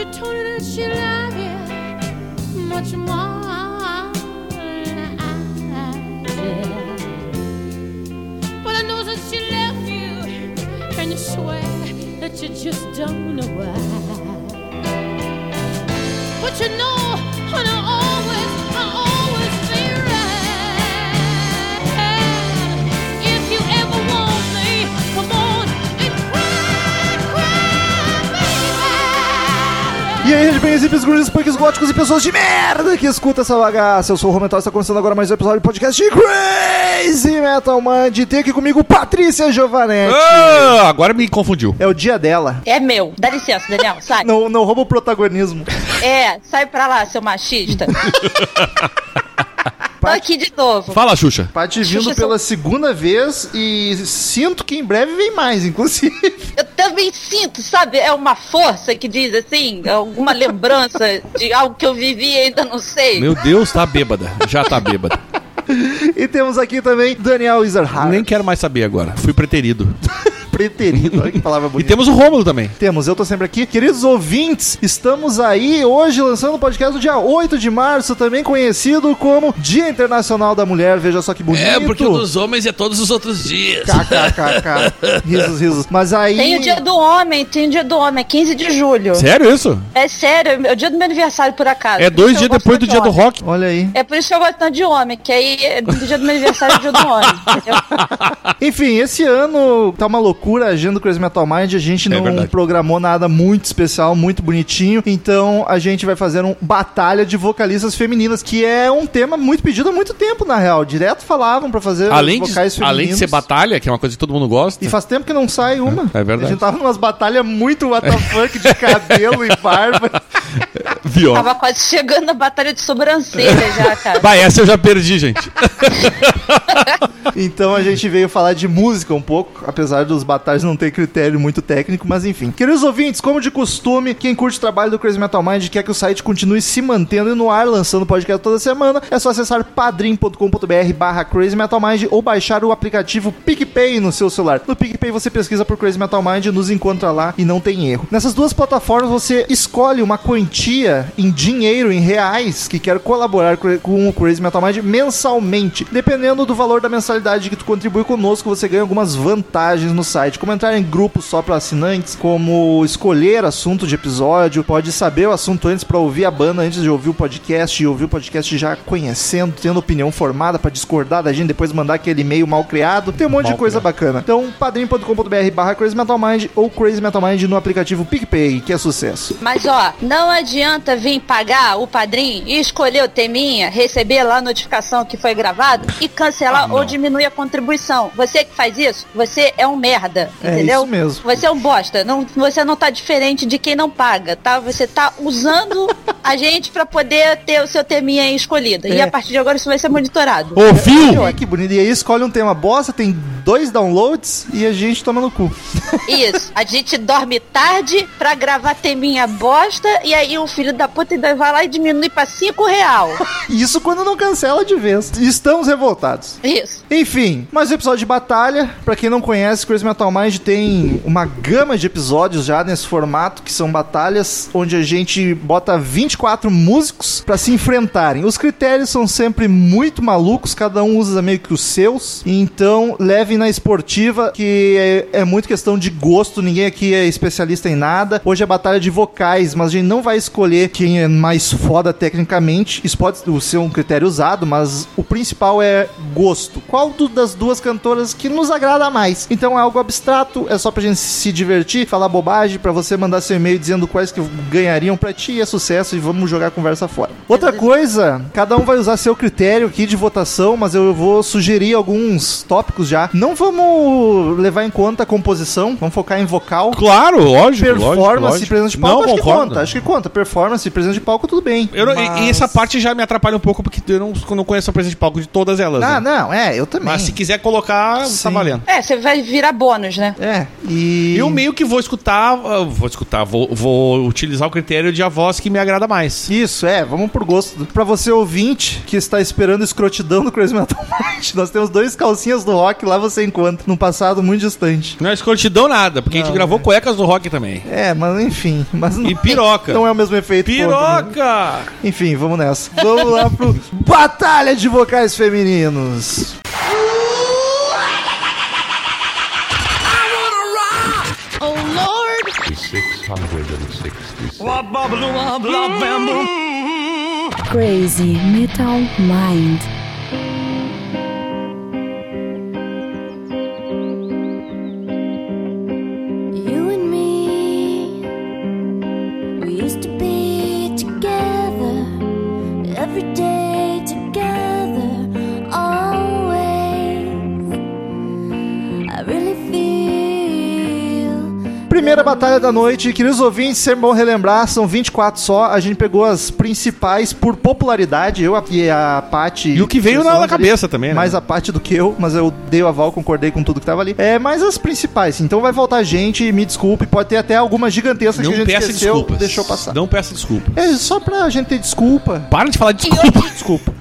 she told her that she loved you much more than I did. But I know that she left you, and you swear that you just don't know why. But you know, and I always be right. If you ever want me, come on and cry, baby. E aí, headbangers, hippies, grunges, punks, góticos e pessoas de merda que escuta essa bagaça. Eu sou o Romental e está começando agora mais um episódio do podcast de Crazy Metal Mind. Tem aqui comigo Patrícia Giovanetti. Agora me confundiu. É o dia dela. É meu. Dá licença, Daniel, sai. Não rouba o protagonismo. Sai pra lá, seu machista. Tô aqui de novo. Fala, Xuxa. Paty vindo pela segunda vez e sinto que em breve vem mais, inclusive. Eu também sinto, sabe? É uma força que diz assim, alguma lembrança de algo que eu vivi e ainda não sei. Meu Deus, tá bêbada. Já tá bêbada. E temos aqui também Daniel Ezerhard. Nem quero mais saber agora. Fui preterido. Preterido, olha que palavra bonita. E temos o Rômulo também. Temos, eu tô sempre aqui. Queridos ouvintes, estamos aí hoje lançando o podcast do dia 8 de março, também conhecido como Dia Internacional da Mulher. Veja só que bonito. É, porque o dos homens é todos os outros dias. KKKK. Risos. Mas aí... Tem o dia do homem, é 15 de julho. Sério isso? É sério, é o dia do meu aniversário, por acaso. É 2 dias depois do dia do rock. Olha aí. É por isso que eu gosto tanto de homem, que aí do dia do meu aniversário é o dia do homem, entendeu? Enfim, esse ano tá uma loucura a agenda do Crazy Metal Mind. A gente não programou nada muito especial, muito bonitinho. Então a gente vai fazer uma batalha de vocalistas femininas, que é um tema muito pedido há muito tempo, na real. Direto falavam pra fazer vocais femininos. Além de ser batalha, que é uma coisa que todo mundo gosta. E faz tempo que não sai uma. É verdade. A gente tava numas batalhas muito WTF de cabelo e barba. Viu? Tava quase chegando a batalha de sobrancelha já, cara. Vai, essa eu já perdi, gente. Então a gente veio falar de música um pouco, apesar dos batalhas não ter critério muito técnico, mas enfim. Queridos ouvintes, como de costume, quem curte o trabalho do Crazy Metal Mind e quer que o site continue se mantendo no ar, lançando podcast toda semana, é só acessar padrim.com.br/Crazy Metal Mind ou baixar o aplicativo PicPay no seu celular. No PicPay você pesquisa por Crazy Metal Mind, nos encontra lá e não tem erro. Nessas duas plataformas você escolhe uma quantia em dinheiro, em reais, que quer colaborar com o Crazy Metal Mind mensalmente. Dependendo do valor da mensalidade que tu contribui conosco, você ganha algumas vantagens no site, como entrar em grupos só para assinantes, como escolher assunto de episódio, pode saber o assunto antes para ouvir a banda antes de ouvir o podcast, e ouvir o podcast já conhecendo, tendo opinião formada para discordar da gente, depois mandar aquele e-mail mal criado, tem um monte de coisa bacana. Então, padrim.com.br/Crazy Metal Mind ou Crazy Metal Mind no aplicativo PicPay, que é sucesso. Mas ó, não adianta vir pagar o padrinho e escolher o teminha, receber lá a notificação que foi gravado e cancelar ou diminuir a contribuição. Você que faz isso, você é um merda, entendeu? É isso mesmo. Você é um bosta. Você não tá diferente de quem não paga, tá? Você tá usando a gente pra poder ter o seu teminha aí escolhido. E a partir de agora isso vai ser monitorado. Ouviu? Que bonito. E aí escolhe um tema bosta, tem 2 downloads e a gente toma no cu. Isso. A gente dorme tarde pra gravar teminha bosta e aí o filho da puta ainda vai lá e diminui pra R$5. Isso quando não cancela de vez. Estamos revoltados. Isso. Enfim, mais um episódio de batalha. Pra quem não conhece, Crazy Metal Mind tem uma gama de episódios já nesse formato, que são batalhas onde a gente bota 24 músicos pra se enfrentarem. Os critérios são sempre muito malucos, cada um usa meio que os seus. Então, levem na esportiva, que é muito questão de gosto, ninguém aqui é especialista em nada. Hoje é batalha de vocais, mas a gente não vai escolher quem é mais foda tecnicamente. Isso pode ser um critério usado, mas o principal é gosto. Qual das duas cantoras que nos agrada mais? Então é algo abstrato, é só pra gente se divertir, falar bobagem, pra você mandar seu e-mail dizendo quais que ganhariam pra ti, é sucesso, e vamos jogar a conversa fora. Outra coisa, cada um vai usar seu critério aqui de votação, mas eu vou sugerir alguns tópicos já. Não vamos levar em conta a composição, vamos focar em vocal. Claro, lógico. Performance e presença de palco, não, acho que conta. Performance e presença de palco, tudo bem. E essa parte já me atrapalha um pouco, porque eu não conheço a presença de palco de todas elas. Eu também. Mas se quiser colocar, tá valendo. Você vai virar bônus, né? Eu meio que vou utilizar o critério de a voz que me agrada mais. Isso, vamos por gosto. Pra você ouvinte que está esperando escrotidão do Crazy Metal Mind, nós temos 2 calcinhas do rock, lá você encontra num passado muito distante. Não é escrotidão nada, porque a gente gravou cuecas do rock também. Mas enfim. E piroca. Não é o mesmo efeito. Piroca! Enfim, vamos nessa. Vamos lá pro Batalha de Vocais Femininos. Oh Lord. 666. Crazy Metal Mind. You and me, we used to be together, every day together, always. I really feel. Primeira batalha da noite, queridos ouvintes, sempre bom relembrar, são 24 só, a gente pegou as principais por popularidade, eu e a Paty... E o que veio na cabeça também, né? Mais a Paty do que eu, mas eu dei o aval, concordei com tudo que tava ali. Mas as principais, então vai voltar gente, me desculpe, pode ter até algumas gigantescas que a gente esqueceu, desculpas. Deixou passar. Não peça desculpa. É só pra gente ter desculpa. Para de falar desculpa. Desculpa.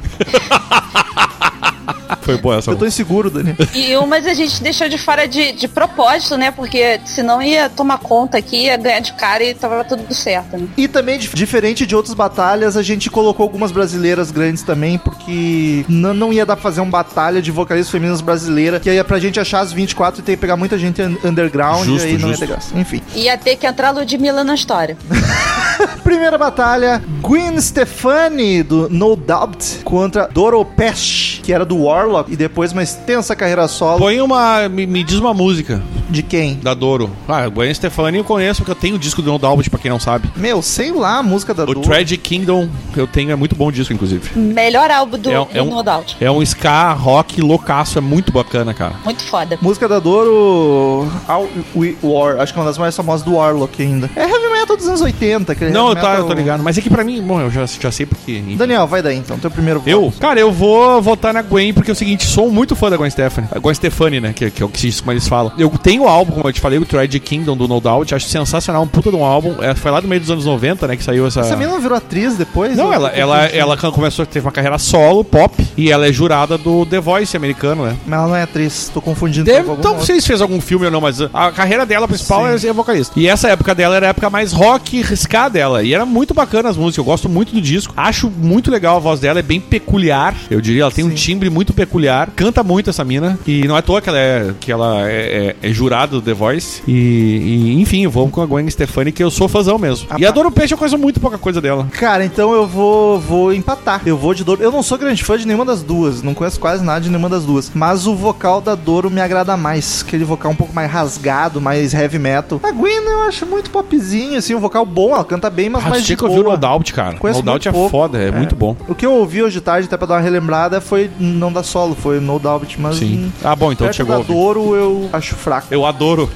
Foi boa essa. Eu tô inseguro, Daniel. E umas a gente deixou de fora de propósito, né? Porque senão ia tomar conta aqui, ia ganhar de cara e tava tudo certo, né? E também, diferente de outras batalhas, a gente colocou algumas brasileiras grandes também, porque não ia dar pra fazer uma batalha de vocalistas femininas brasileiras, que aí pra gente achar as 24 e ter que pegar muita gente underground, Justo, e aí não ia justo. ter graça. Enfim. Ia ter que entrar a Ludmilla na história. Primeira batalha, Gwen Stefani, do No Doubt, contra Doro Pesch, que era do Warlock, e depois uma extensa carreira solo. Põe uma... Me diz uma música De quem? da Doro. Gwen Stefani eu conheço, porque eu tenho o disco do No Doubt, pra quem não sabe. Meu, sei lá a música da O Doro. Tragic Kingdom eu tenho, é muito bom disco, inclusive. Melhor álbum do É um- No Doubt. É um ska rock loucaço, é muito bacana, cara. Muito foda. Música da Doro, All We War, acho que é uma das mais famosas do Warlock ainda. É heavy metal dos anos 80. aquele Não, heavy metal... eu tô ligado. Mas é que pra mim, bom, eu já sei porque... enfim. Daniel, vai daí então, teu primeiro voto. Eu? Cara, eu vou votar na Gwen, porque é o seguinte, sou muito fã da Gwen Stefani. A Gwen Stefani, né, que é o que como eles falam. Eu tenho o álbum, como eu te falei, o Tragic Kingdom do No Doubt, acho sensacional, um puta de um álbum. Foi lá do meio dos anos 90, né, que saiu essa... Essa menina virou atriz depois? Não, Ou- ela começou, teve uma carreira solo, pop, e ela é jurada do The Voice americano, né? Mas ela não é atriz, tô confundindo com alguma Então, não outra. sei se fez algum filme ou não, mas a carreira dela principal é ser vocalista. E essa época dela era a época mais rock, ska dela. E era muito bacana as músicas, eu gosto muito do disco. Acho muito legal a voz dela, é bem peculiar, eu diria. Ela tem um timbre muito peculiar, canta muito essa mina. E não é à toa que ela é jurada do The Voice. Enfim, eu vou com a Gwen Stefani, que eu sou fãzão mesmo. E a Doro Pesch eu conheço muito pouca coisa dela. Cara, então eu vou empatar. Eu vou de Doro. Eu não sou grande fã de nenhuma das duas. Não conheço quase nada de nenhuma das duas. Mas o vocal da Doro me agrada mais. Aquele vocal um pouco mais rasgado, mais heavy metal. A Gwen eu acho muito popzinho, assim. Um vocal bom, ela canta bem, mas mais Achei de que eu vi o boa. No Doubt, cara. Conheço No Doubt é muito pouco. foda, é muito bom. O que eu ouvi hoje de tarde, até pra dar uma relembrada, foi não da solo, foi No Doubt, mas... Sim. Ah, bom, então perto chegou a da ouvir. Doro eu acho fraco. Eu adoro.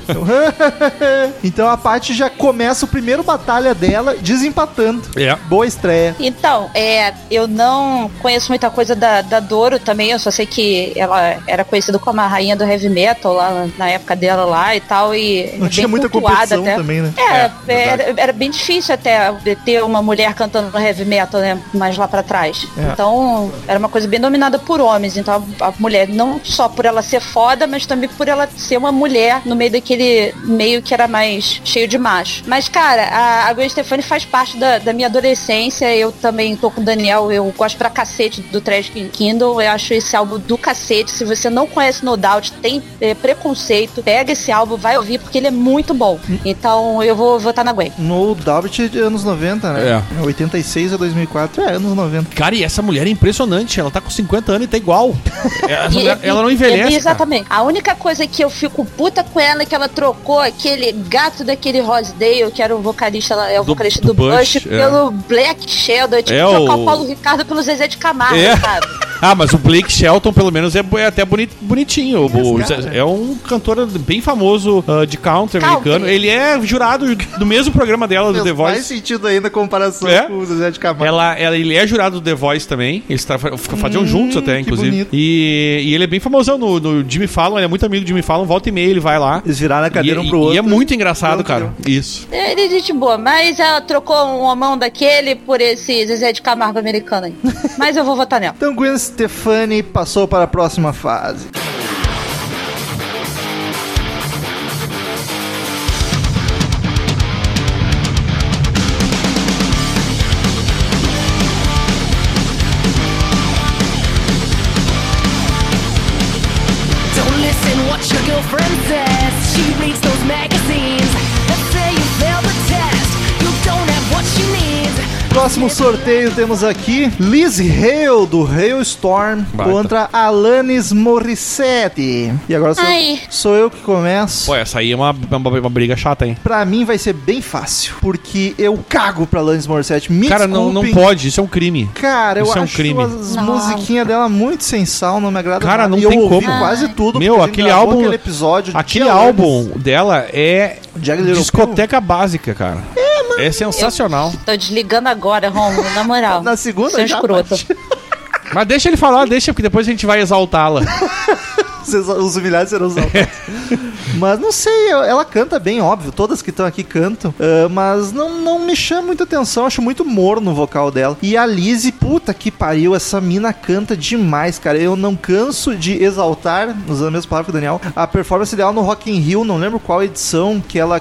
Então a Paty já começa o primeiro batalha dela desempatando. É. Boa estreia. Então, eu não conheço muita coisa da Doro também, eu só sei que ela era conhecida como a rainha do heavy metal lá na época dela lá e tal, e Não tinha bem muita cultuada competição até. também, né? Era bem difícil até ter uma mulher cantando heavy metal, né, mais lá pra trás. É. Então, era uma coisa bem dominada por homens, então a mulher, não só por ela ser foda, mas também por ela ser uma mulher no meio daquele meio que era mais cheio de macho. Mas, cara, a Gwen Stefani faz parte da minha adolescência, eu também tô com o Daniel, eu gosto pra cacete do Tragic Kingdom, eu acho esse álbum do cacete. Se você não conhece No Doubt, tem preconceito, pega esse álbum, vai ouvir, porque ele é muito bom. Então, eu vou votar na Gwen. No Doubt de anos 90, né? 86 a 2004, anos 90. Cara, e essa mulher é impressionante. Ela tá com 50 anos e tá igual. Ela não envelhece. Exatamente. A única coisa que eu fico puta com ela é que ela trocou aquele gato daquele Rosedale, que era o vocalista, o vocalista do Bush, pelo Black Sheldon. Tipo, trocar o Paulo Ricardo pelo Zezé de Camargo, sabe? Ah, mas o Blake Shelton, pelo menos, é até bonitinho. É um cantor bem famoso de country americano. Ele é jurado do mesmo programa dela, do The Voice. Faz sentido ainda a comparação com o Zezé de Camargo. Ele é jurado do The Voice também. Eles faziam juntos até, inclusive. E ele é bem famosão no Jimmy Fallon. Ele é muito amigo do Jimmy Fallon. Volta e meia ele vai lá. Eles viraram a cadeira um pro outro. E é muito engraçado, cara. Isso. Ele é gente boa, mas ela trocou um homão daquele por esse Zezé de Camargo americano aí. Mas eu vou votar nela. Então Gwen Stefani passou para a próxima fase. girlfriend says she reads those magazines that say you failed the test. You don't have what she needs. Próximo sorteio temos aqui Liz Hale, do Hailstorm, contra Alanis Morissette. E agora sou eu que começo. Pô, essa aí é uma briga chata, hein? Pra mim vai ser bem fácil, porque eu cago pra Alanis Morissette. Me Cara, não pode, isso é um crime. Cara, isso eu é um acho crime. as musiquinhas dela muito sem sal, não me agrada Cara, nada. não tem eu ouvi como. quase tudo. Meu, aquele álbum, aquele episódio aquele álbum dela é discoteca básica, cara. É sensacional. Tô desligando agora, Romulo, na moral. Na segunda Seu já, escroto. Mas deixa ele falar, porque depois a gente vai exaltá-la. Os humilhados serão exaltados. Mas não sei, ela canta bem, óbvio. Todas que estão aqui cantam. Mas não me chama muita atenção. Acho muito morno o vocal dela. E a Lizzy, puta que pariu. Essa mina canta demais, cara. Eu não canso de exaltar, usando a mesma palavra que o Daniel, a performance dela no Rock in Rio. Não lembro qual edição, que ela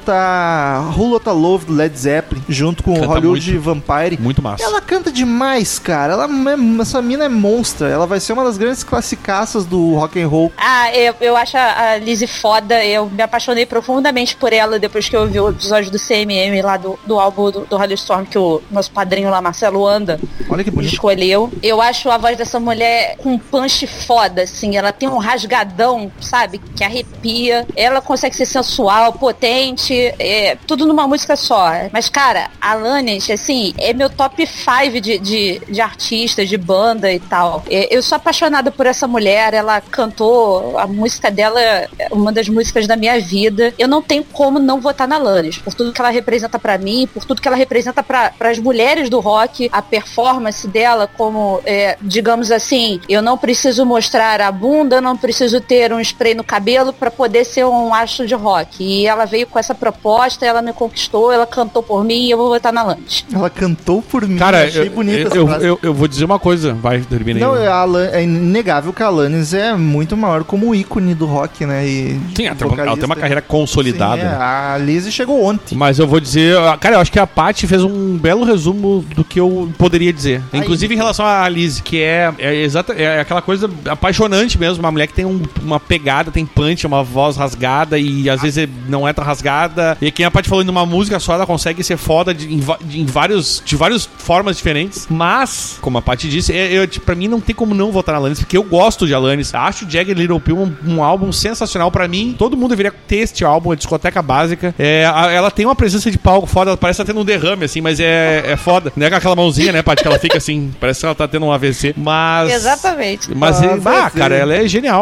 canta Who Lotta Love do Led Zeppelin, junto com Canta Hollywood muito. Vampire. Muito massa. Ela canta demais, cara. Essa mina é monstra. Ela vai ser uma das grandes classicaças do rock and roll. Eu acho a Lizzy foda. Eu me apaixonei profundamente por ela depois que eu vi o episódio do CMM lá do álbum do Hailstorm, que o nosso padrinho lá, Marcelo Anda, Olha que bonito. escolheu. Eu acho a voz dessa mulher com um punch foda, assim. Ela tem um rasgadão, sabe? Que arrepia. Ela consegue ser sensual, potente, tudo numa música só. Mas, cara, a Alanis, assim, é meu top 5 de artistas, de banda e tal. Eu sou apaixonada por essa mulher. Ela cantou, a música dela é uma das músicas da minha vida. Eu não tenho como não votar na Alanis, por tudo que ela representa pra mim, por tudo que ela representa para as mulheres do rock, a performance dela como, digamos assim, eu não preciso mostrar a bunda, eu não preciso ter um spray no cabelo pra poder ser um astro de rock. E ela veio com essa proposta, ela me conquistou, ela cantou por mim e eu vou votar na Alanis. Ela cantou por mim. Cara, achei bonita essa frase. eu vou dizer uma coisa, vai terminar. Não, é inegável que a Alanis é muito maior como ícone do rock, né? E Sim, ela tem uma carreira consolidada. Sim, a Lizzy chegou ontem. Mas eu vou dizer, cara, eu acho que a Paty fez um belo resumo do que eu poderia dizer. Inclusive em relação à Lizzy, que é aquela coisa apaixonante mesmo, uma mulher que tem uma pegada, tem punch, uma voz rasgada e às vezes não é tão rasgada. E quem a Paty falou, numa música só, ela consegue ser foda de várias formas diferentes. Mas, como a Paty disse, pra mim não tem como não votar na Alanis, porque eu gosto de Alanis. Acho o Jagged Little Pill um álbum sensacional pra mim. Todo mundo deveria ter este álbum, a discoteca básica. Ela tem uma presença de palco foda, ela parece que tá tendo um derrame, assim, mas é foda. Não é com aquela mãozinha, né, Paty, que ela fica assim, parece que ela tá tendo um AVC. Mas... Exatamente. Mas, cara, ela é genial.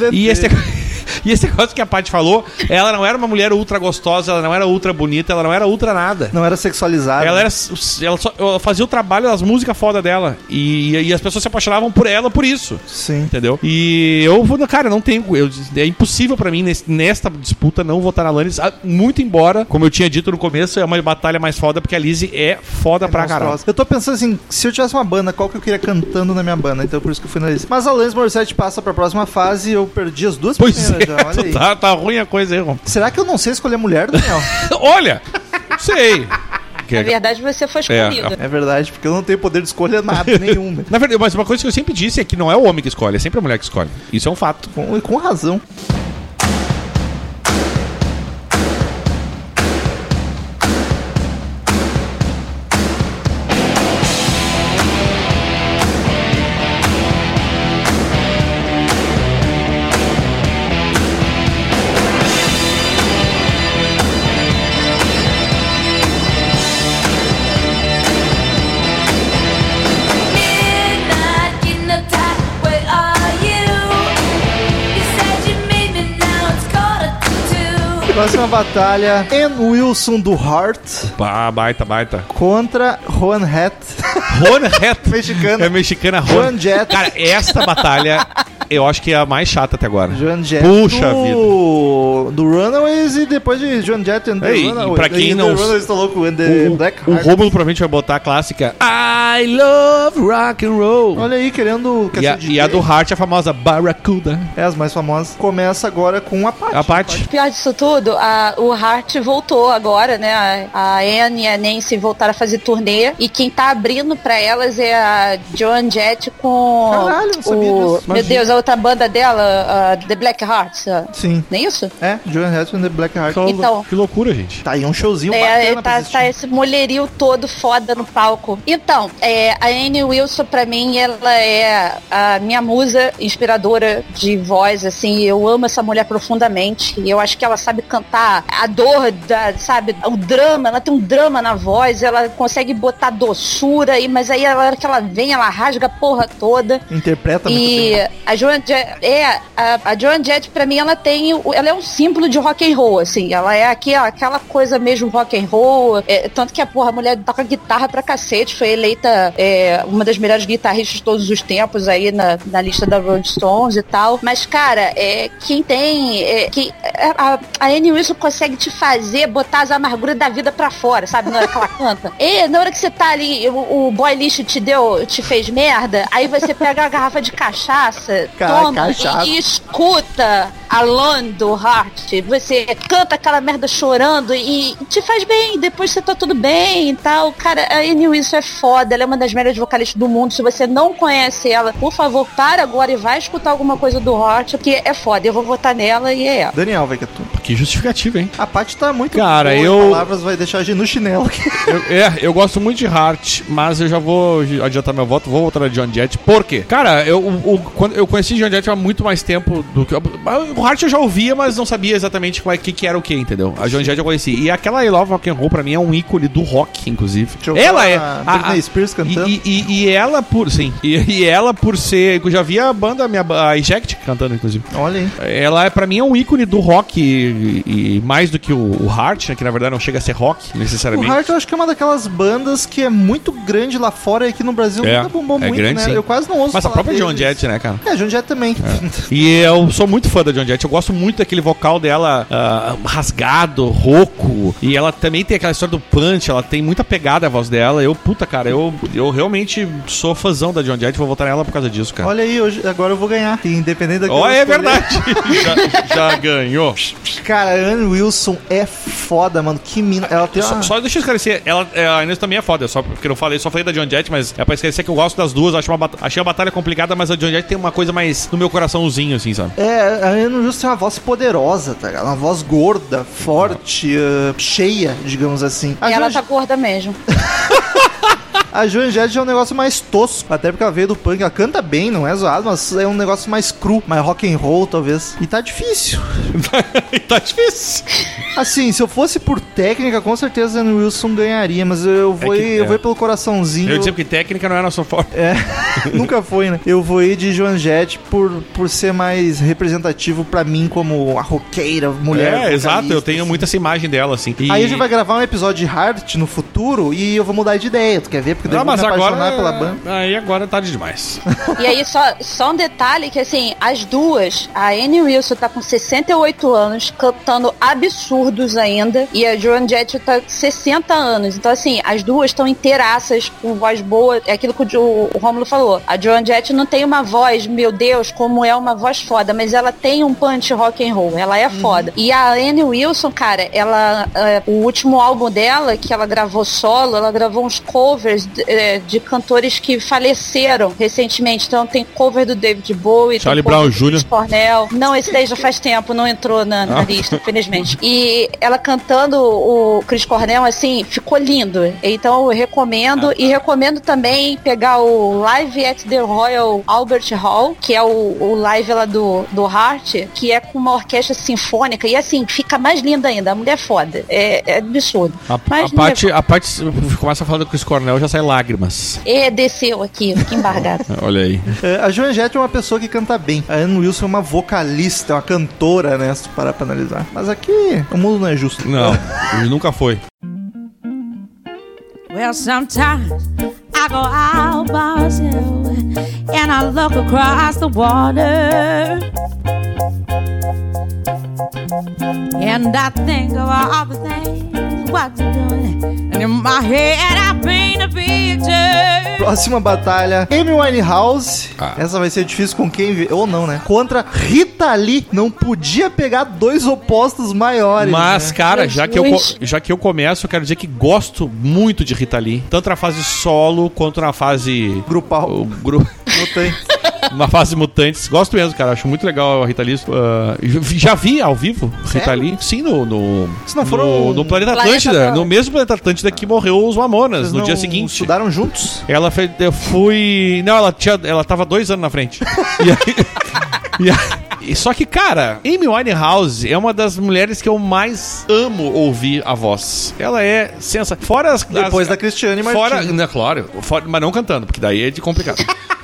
E esse negócio que a Paty falou, ela não era uma mulher ultra gostosa, ela não era ultra bonita, ela não era ultra nada. Não era sexualizada. Ela fazia o trabalho das músicas foda dela. E as pessoas se apaixonavam por ela por isso. Sim. Entendeu? E cara, não tenho. É impossível pra mim, nesta disputa, não votar na Alanis. Muito embora, como eu tinha dito no começo, é uma batalha mais foda, porque a Lizzy é foda pra caralho. Eu tô pensando assim, se eu tivesse uma banda, qual que eu queria cantando na minha banda? Então por isso que eu fui na Lizzy. Mas a Alanis Morissette passa pra próxima fase e eu perdi as duas primeiras já. Olha aí. Tá ruim a coisa aí, Rom. Será que eu não sei escolher mulher, Daniel? Olha! Sei. Na verdade, você foi escolhido. É verdade, porque eu não tenho poder de escolha nada, nenhum. Na verdade, mas uma coisa que eu sempre disse é que não é o homem que escolhe, é sempre a mulher que escolhe. Isso é um fato. Com razão. Próxima batalha, Ann Wilson do Heart. Baita. Contra Juan Het. Juan Het? Mexicana. É mexicana. Juan Jett. Cara, esta batalha eu acho que é a mais chata até agora. Juan Jett. Puxa vida. Do Runaways e depois de Juan Jett and the Runaways. Pra quem não... O Rômulo provavelmente vai botar a clássica I love rock and roll. Olha aí, querendo... E a do Heart é a famosa Barracuda. É, as mais famosas. Começa agora com a Paty. A Paty. Pior disso tudo, o Heart voltou agora, né? A Anne e a Nancy voltaram a fazer turnê. E quem tá abrindo pra elas é a Joan Jett com... Caralho, não sabia disso. Meu Deus, outra banda dela, The Black Hearts. Sim. Não é isso? É, Joan Jett and the Black Heart. Então. Que loucura, gente. Tá aí um showzinho bacana pra assistir. Tá esse mulherio todo foda no palco. Então, a Annie Wilson, pra mim, ela é a minha musa inspiradora de voz, assim. Eu amo essa mulher profundamente. E eu acho que ela sabe cantar a dor, sabe? O drama. Ela tem um drama na voz. Ela consegue botar doçura. Mas aí, a hora que ela vem, ela rasga a porra toda. Interpreta muito E bem. a Joan Jett, a Joan Jett, pra mim, ela é um símbolo de rock and roll, assim. Ela é aquela coisa mesmo rock and roll. Tanto que a mulher toca guitarra pra cacete. Foi eleita uma das melhores guitarristas de todos os tempos aí na lista da Rolling Stones e tal. Mas, cara, a Annie Wilson consegue te fazer botar as amarguras da vida pra fora, sabe? Na hora que ela canta. E na hora que você tá ali, o boy lixo te fez merda, aí você pega a garrafa de cachaça, toma e escuta Alone do Heart. Você canta aquela merda chorando e te faz bem, depois você tá tudo bem e tal. Cara, a Annie Wilson é foda, ela é uma das melhores vocalistas do mundo. Se você não conhece ela, por favor, para agora e vai escutar alguma coisa do Heart, porque é foda, eu vou votar nela e é ela. Daniel, vai que é tu. Que justificativa, hein? A Paty tá muito Cara, boa eu- em palavras, vai deixar a gente no chinelo aqui. Eu gosto muito de Heart, mas eu já vou adiantar meu voto, vou votar na Joan Jett. Por quê? Cara, quando eu conheci Joan Jett há muito mais tempo do que... O Heart eu já ouvia, mas não sabia exatamente o que era o que, entendeu? A Joan Jett eu conheci. E aquela I Love Rock and Roll, pra mim, é um ícone do rock, inclusive. Deixa eu Ela falar é... a Britney Spears cantando. E ela por... Sim. E ela por ser... Eu já vi a banda, a Eject cantando, inclusive. Olha aí. Ela, pra mim, é um ícone do rock e mais do que o Heart, né? Que, na verdade, não chega a ser rock, necessariamente. O Heart eu acho que é uma daquelas bandas que é muito grande lá fora e aqui no Brasil nunca bombou muito, grande, né? sim. Eu quase não ouço Mas a falar própria Joan deles. Jett, né, cara? Joan Jett também. E eu sou muito fã da Joan Jett. Eu gosto muito daquele vocal dela rasgado, rouco. E ela também tem aquela história do punch. Ela tem muita pegada a voz dela. Eu realmente sou fãzão da Joan Jett. Vou votar nela por causa disso, cara. Olha aí, agora eu vou ganhar. Independente da que eu É escolher. verdade. já ganhou. Cara, a Anne Wilson é foda, mano. Que mina. Ela tem uma... Só deixa eu esclarecer. A Inês também é foda. Só porque eu só falei da Joan Jett, mas é pra esclarecer que eu gosto das duas. Achei a batalha complicada, mas a Joan Jett tem uma coisa mais no meu coraçãozinho, assim, sabe? a Anne Wilson tem uma voz poderosa, tá ligado? Uma voz gorda, forte, cheia, digamos assim. A Ela Joan- tá gorda mesmo. A Joan Jett é um negócio mais tosco, até porque ela veio do punk, ela canta bem, não é zoado, mas é um negócio mais cru, mais rock and roll, talvez. E tá difícil. Tá difícil. Assim, se eu fosse por técnica, com certeza a Anne Wilson ganharia, mas eu vou ir pelo coraçãozinho. Eu ia dizer porque técnica não é a nossa forma. Nunca foi, né? Eu vou ir de Joan Jett por ser mais representativo pra mim como a roqueira, mulher. vocalista, Exato. Eu tenho assim. muito essa imagem dela, assim. E... Aí a gente vai gravar um episódio de Heart no futuro e eu vou mudar de ideia, tu quer ver? Porque daí eu vou me apaixonar pela banda. Aí agora é tarde demais. E aí, só um detalhe que, assim, as duas, a Annie Wilson tá com 68 anos, cantando absurdos ainda, e a Joan Jett tá com 60 anos. Então, assim, as duas estão inteiraças, com voz boa. É aquilo que o Rômulo falou. A Joan Jett não tem uma voz, meu Deus, como é uma voz foda, mas ela tem um punch rock and roll. Ela é foda. E a Annie Wilson, cara, ela... o último álbum dela, que ela gravou solo, ela gravou uns covers de cantores que faleceram recentemente. Então tem cover do David Bowie, Charlie tem cover Brown do Jr. Chris Cornell. Não, esse daí já faz tempo, não entrou na lista, infelizmente. E ela cantando o Chris Cornell, assim, ficou lindo. Então eu recomendo. E recomendo também pegar o Live at the Royal Albert Hall, que é o live lá do Heart, que é com uma orquestra sinfônica. E assim, fica mais linda ainda. A mulher é foda. É absurdo. A Mas Paty começa falando com o Chris Cornell, já sai lágrimas. desceu aqui, fiquei embargado. Olha aí. A Joan Jett é uma pessoa que canta bem. A Anne Wilson é uma vocalista, é uma cantora, né? Se tu parar pra analisar. Mas aqui o mundo não é justo. Não, ele nunca foi. Well, sometimes I go out by myself and I look across the water and I think of all the things what you're doing, and in my head I paint a picture. Próxima batalha, Amy Winehouse. Essa vai ser difícil com quem... Ou não, né? Contra Rita Lee. Não podia pegar dois opostos maiores. Mas, né? cara, já que eu começo, eu quero dizer que gosto muito de Rita Lee. Tanto na fase solo, quanto na fase... Grupal. O grupo... Não tem. Uma fase Mutantes. Gosto mesmo, cara. Acho muito legal a Rita Lee. Já vi ao vivo Rita Lee. Sim, Se não foram no Planeta Atlântida. No mesmo Planeta Atlântida que morreu os Mamonas no dia seguinte. Estudaram juntos? Ela fez. Eu fui. Não, ela tava 2 anos na frente. Só que, cara, Amy Winehouse é uma das mulheres que eu mais amo ouvir a voz. Ela é sensacional. Fora Depois da Cristiane Martins. Né, claro. Mas não cantando, porque daí é de complicado.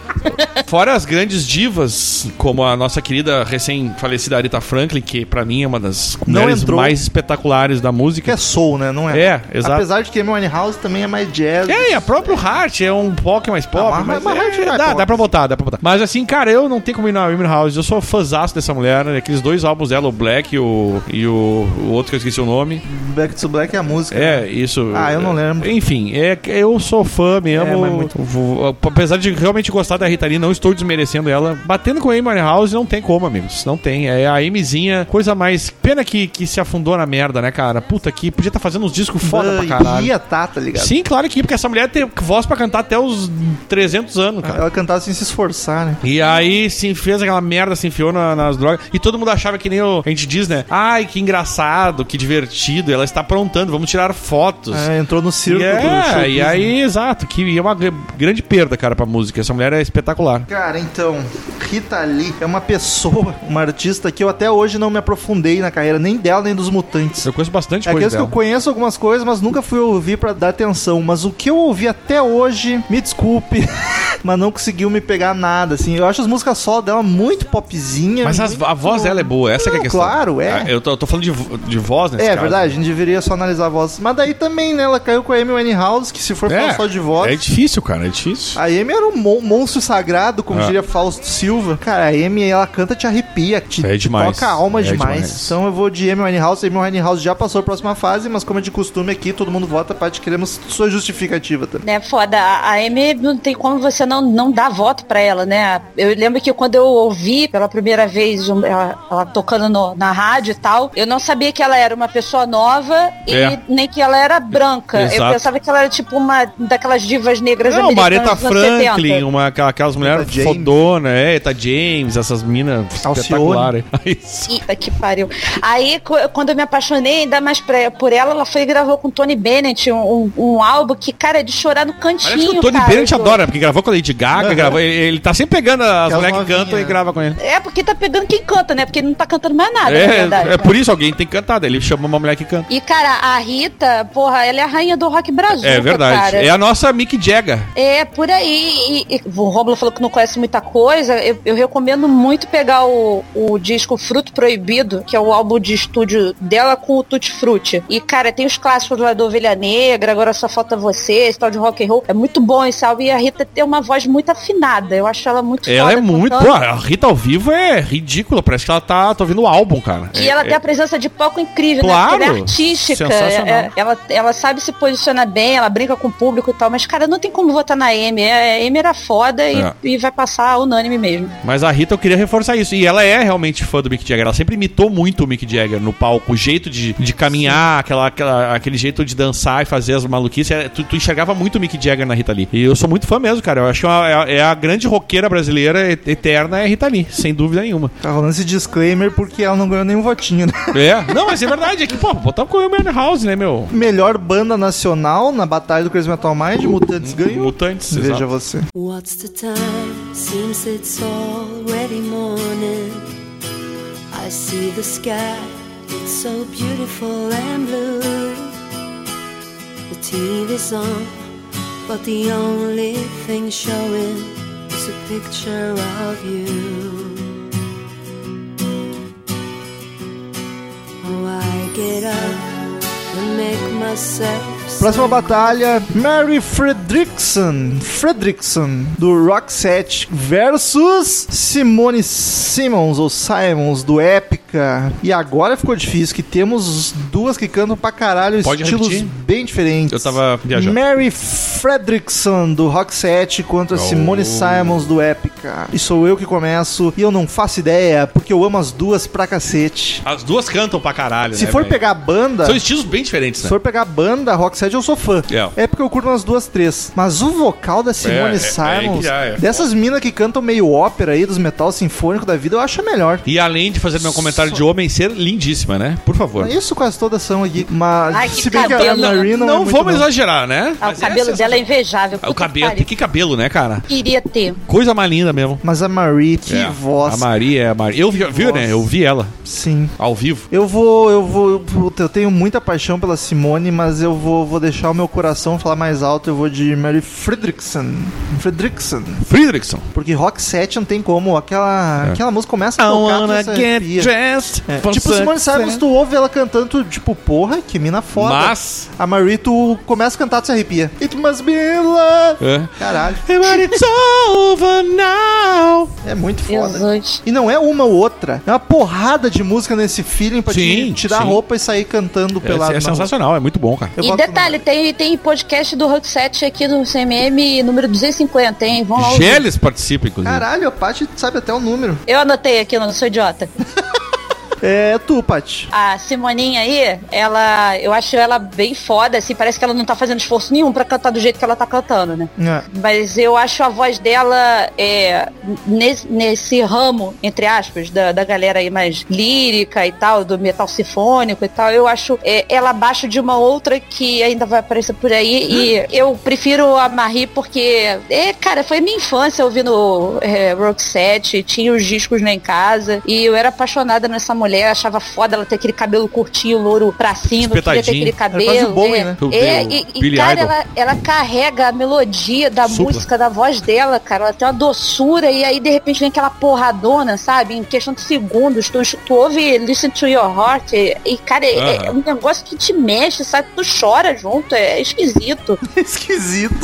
Fora as grandes divas, como a nossa querida recém-falecida Aretha Franklin, que pra mim é uma das mulheres mais espetaculares da música. Que é soul, né? Não é? É, exato. Apesar de que Amy Winehouse também é mais jazz. E a próprio Heart é um pouco mais pop. Mas Heart dá pra botar. Mas assim, cara, eu não tenho como ir na Amy Winehouse. Eu sou fãzaço dessa mulher, né? Aqueles 2 álbuns dela, o Black e o outro que eu esqueci o nome. Back to Black é a música. Isso. Eu não lembro. Enfim, eu sou fã mesmo. Apesar de realmente gostar da Rita Lee, não estou desmerecendo ela. Batendo com a Amy Winehouse não tem como, amigos. Não tem. É a Amyzinha, coisa mais... Pena que se afundou na merda, né, cara? Puta que podia estar fazendo uns discos foda pra caralho. Tá ligado? Sim, claro que porque essa mulher tem voz pra cantar até os 300 anos, cara. Ela cantava sem se esforçar, né? E aí se fez aquela merda, se enfiou nas drogas. E todo mundo achava que nem a gente diz, né? Ai, que engraçado, que divertido. Ela está aprontando, vamos tirar fotos. Entrou no circo. E aí, exato. Que é uma grande perda, cara, pra música. Essa mulher é espetacular. Cara, então, Rita Lee é uma pessoa, uma artista que eu até hoje não me aprofundei na carreira, nem dela, nem dos Mutantes. Eu conheço bastante coisa aqueles dela. Que eu conheço algumas coisas, mas nunca fui ouvir pra dar atenção. Mas o que eu ouvi até hoje, me desculpe, mas não conseguiu me pegar nada, assim. Eu acho as músicas solo dela muito popzinha. Mas a voz dela é boa, essa que é a questão. Claro, é. Eu tô falando de voz nesse caso. É verdade, a gente deveria só analisar a voz. Mas daí também, né, ela caiu com a Amy Winehouse, que se for falar só de voz... É difícil, cara, é difícil. A Amy era um monstro sagrado, como diria Fausto Silva. Cara, a Amy, ela canta, te arrepia, te toca a alma demais. Então eu vou de Amy Winehouse. Amy Winehouse já passou a próxima fase, mas como é de costume aqui, todo mundo vota pra queremos sua justificativa também. É foda. A Amy não tem como você não dar voto pra ela, né? Eu lembro que quando eu ouvi pela primeira vez ela tocando na rádio e tal, eu não sabia que ela era uma pessoa nova e nem que ela era branca. Exato. Eu pensava que ela era tipo uma daquelas divas negras americanas. Uma Aretha Franklin, aquelas mulheres fodonas, Eta James, essas minas espetaculares. Eita, que pariu. Aí, quando eu me apaixonei ainda mais por ela foi e gravou com o Tony Bennett um álbum que, cara, é de chorar no cantinho. Parece que o Tony Bennett adora, porque gravou com a Lady Gaga, ele tá sempre pegando as mulheres que cantam e grava com ele. É, porque tá pegando quem canta, né? Porque ele não tá cantando mais nada, na verdade. É por isso alguém tem que cantar, ele chama uma mulher que canta. E, cara, a Rita, porra, ela é a rainha do rock brazuca, é verdade. Cara. É a nossa Mick Jagger. É, por aí. E o Romulo falou que não conhece muita coisa. Eu recomendo muito pegar o disco Fruto Proibido, que é o álbum de estúdio dela com o Tutti Frutti. E, cara, tem os clássicos lá do Ovelha Negra, Agora Só Falta Você, esse tal de rock and roll. É muito bom esse álbum. E a Rita tem uma voz muito afinada. Eu acho ela muito Ela é muito... Pô, a Rita ao vivo é ridícula. Parece que ela tá ouvindo o álbum, cara. E ela tem a presença de palco incrível, claro, né? Ela é artística. Ela sabe se posicionar bem, ela brinca com o público e tal. Mas, cara, não tem como votar na Amy. A Amy era foda e vai passar unânime mesmo. Mas a Rita, eu queria reforçar isso. E ela é realmente fã do Mick Jagger. Ela sempre imitou muito o Mick Jagger no palco. O jeito de caminhar, aquele jeito de dançar e fazer as maluquices. Tu enxergava muito o Mick Jagger na Rita Lee. E eu sou muito fã mesmo, cara. Eu acho que é a grande roqueira brasileira eterna é a Rita Lee, sem dúvida nenhuma. Tá rolando esse disclaimer porque ela não ganhou nenhum votinho, né? Não, mas é verdade. É que, pô, botar com o Amy Winehouse, né, meu? Melhor banda nacional na batalha do Crazy Metal Mind, Mutantes ganhou. Mutantes, veja exato. Você. What's the time? Seems it's already morning. I see the sky, it's so beautiful and blue. The TV's on, but the only thing showing is a picture of you. Oh, I get up and make myself. Próxima batalha, Mary Fredriksson, do Roxette versus Simone Simons, ou Simons, do Épica. E agora ficou difícil, que temos duas que cantam pra caralho, pode estilos repetir? bem diferentes. Eu tava viajando. Mary Fredriksson, do Roxette, contra Simone Simons, do Épica. E sou eu que começo, e eu não faço ideia, porque eu amo as duas pra cacete. As duas cantam pra caralho, Se né, for velho? pegar a banda... São estilos bem diferentes, Se né? for pegar a banda, Roxette eu sou fã. É porque eu curto umas duas, três. Mas o vocal da Simone Simons, dessas minas que cantam meio ópera aí, dos metal sinfônico da vida, eu acho a melhor. E além de fazer meu comentário de homem, ser lindíssima, né? Por favor. Isso quase todas são aqui. Mas Ai, que se bem que a cabelo. Marie não é muito vamos não. exagerar, né? Ah, o cabelo dela é invejável. O cabelo, que cabelo, né, cara? Queria ter. Coisa mais linda mesmo. Mas a Marie, que voz. A Marie é a Marie. Eu vi, né? Eu vi ela. Sim. Ao vivo. Eu tenho muita paixão pela Simone, mas eu vou deixar o meu coração falar mais alto. Eu vou de Mary Fredriksson. Porque Roxette não tem como. Aquela música começa a tocar, tu se arrepia. Tipo, Simone Simons, tu ouve ela cantando, tu, tipo, porra, que mina foda. Mas a Marie, tu começa a cantar, tu se arrepia. It must be love. Caralho. But it's over now. É muito foda. Jesus. E não é uma ou outra. É uma porrada de música nesse feeling pra te tirar a roupa e sair cantando pelado. É sensacional, é muito bom, cara. E detalhe, tem podcast do Roxette aqui do CMM número 250, hein? Vamos lá ouvir. Geles participa, inclusive. Caralho, a Paty sabe até o número. Eu anotei aqui, eu não sou idiota. É tu, Paty. A Simoninha aí, eu acho ela bem foda, assim, parece que ela não tá fazendo esforço nenhum pra cantar do jeito que ela tá cantando, né? Mas eu acho a voz dela nesse ramo, entre aspas, da galera aí mais lírica e tal, do metal sinfônico e tal, eu acho ela abaixo de uma outra que ainda vai aparecer por aí, e eu prefiro a Marie porque, cara, foi minha infância ouvindo Roxette, tinha os discos lá em casa, e eu era apaixonada nessa mulher, achava foda ela ter aquele cabelo curtinho, louro pra cima, eu queria ter aquele cabelo. Bowie, né? E cara, ela carrega a melodia da música, da voz dela, cara, ela tem uma doçura, e aí de repente vem aquela porradona, sabe, em questão de segundos, tu ouve Listen to Your Heart, e cara, é um negócio que te mexe, sabe, tu chora junto, é esquisito. Esquisito.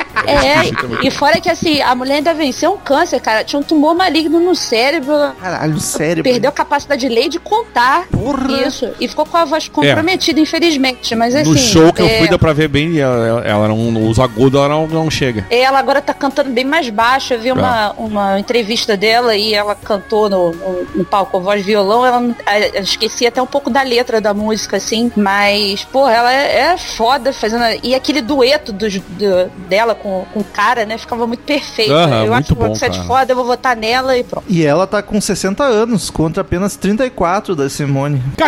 E fora que assim, a mulher ainda venceu um câncer, cara, tinha um tumor maligno no cérebro. Caralho, cérebro. Perdeu a capacidade de ler e de contar. Porra. Isso. E ficou com a voz comprometida, infelizmente. Mas assim. No show que eu fui, dá pra ver bem, ela não, os agudos ela não chega. Ela agora tá cantando bem mais baixo. Eu vi uma entrevista dela e ela cantou no palco com voz violão. Ela esquecia até um pouco da letra da música, assim. Mas, porra, ela é foda fazendo. E aquele dueto dela com o cara, né? Ficava muito perfeito. Eu muito acho que bom, o set foda, eu vou votar nela e pronto. E ela tá com 60 anos, contra apenas 34 da Simone. Cara,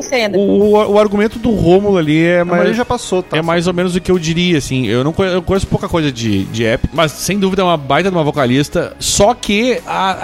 o argumento do Rômulo ali mas já passou, tá? É mais ou menos o que eu diria, assim. Eu conheço pouca coisa de Epic, mas sem dúvida é uma baita de uma vocalista. Só que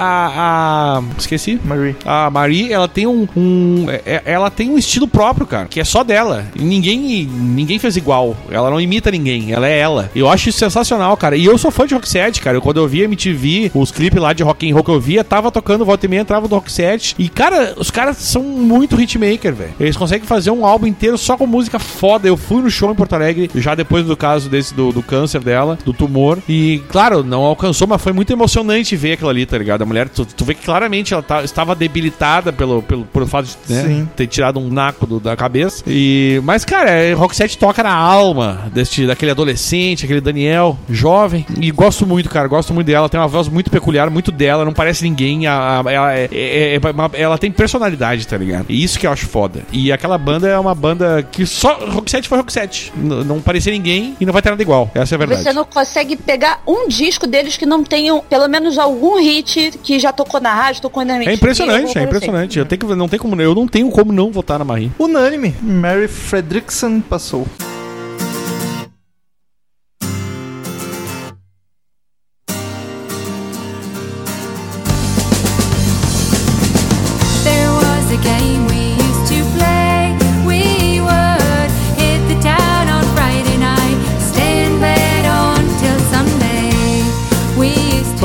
esqueci. A Marie, ela tem ela tem um estilo próprio, cara, que é só dela. E ninguém fez igual. Ela não imita ninguém, ela é ela. Eu acho isso sensacional, cara. E eu sou fã de Roxette, cara. Quando eu via MTV, os clipes lá de rock and roll que eu via, tava tocando volta e meia, entrava do Roxette. E, cara, os caras são muito hitmaker, velho. Eles conseguem fazer um álbum inteiro só com música foda. Eu fui no show em Porto Alegre, já depois do caso do câncer dela, do tumor. E, claro, não alcançou, mas foi muito emocionante ver aquilo ali, tá ligado? A mulher, tu vê que claramente ela estava debilitada pelo fato de ter tirado um naco da cabeça. Mas, cara, Roxette toca na alma daquele adolescente, aquele Daniel, jovem. E gosto muito, cara. Gosto muito dela. Tem uma voz muito peculiar, muito dela. Não parece ninguém. Ela tem personalidade, tá ligado? E isso que eu acho foda. E aquela banda é uma banda que só Roxette foi Roxette. Não parecia ninguém e não vai ter nada igual. Essa é a verdade. Você não consegue pegar um disco deles que não tenha pelo menos algum hit que já tocou na rádio, tocou na MTV. É impressionante, é impressionante. Eu não tenho como não votar na Marie. Unânime. Mary Fredriksson passou.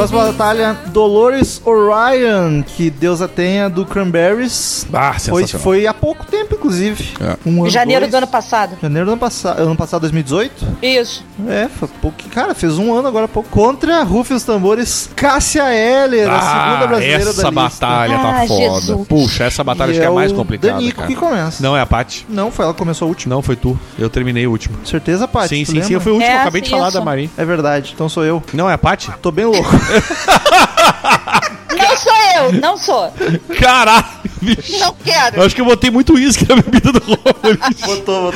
Próxima batalha, Dolores Orion, que Deus a tenha, do Cranberries. Ah, sensacional. Foi há pouco tempo, inclusive. É. Um ano, Janeiro dois. do ano passado. Janeiro do ano passado, 2018? Isso. É, foi pouco. Cara, fez um ano agora há pouco. Contra Rufem os tambores, Cássia Eller, a segunda brasileira da essa lista. batalha tá Ah, foda. Jesus. Puxa, essa batalha E acho que é mais o complicada, Danico cara. que começa. Não, é a Paty. Não, foi ela que começou a última. Não, foi tu. Eu terminei o último. Certeza, Paty? Sim, tu sim, sim. lembra? Eu fui o último, É, acabei de sim, falar isso. da Mari. É verdade, então sou eu. Não, é a Paty? Tô bem louco. Não sou eu, não sou. Caralho, bicho. Não quero. Eu acho que eu botei muito uísque na bebida do Romulo. Botou.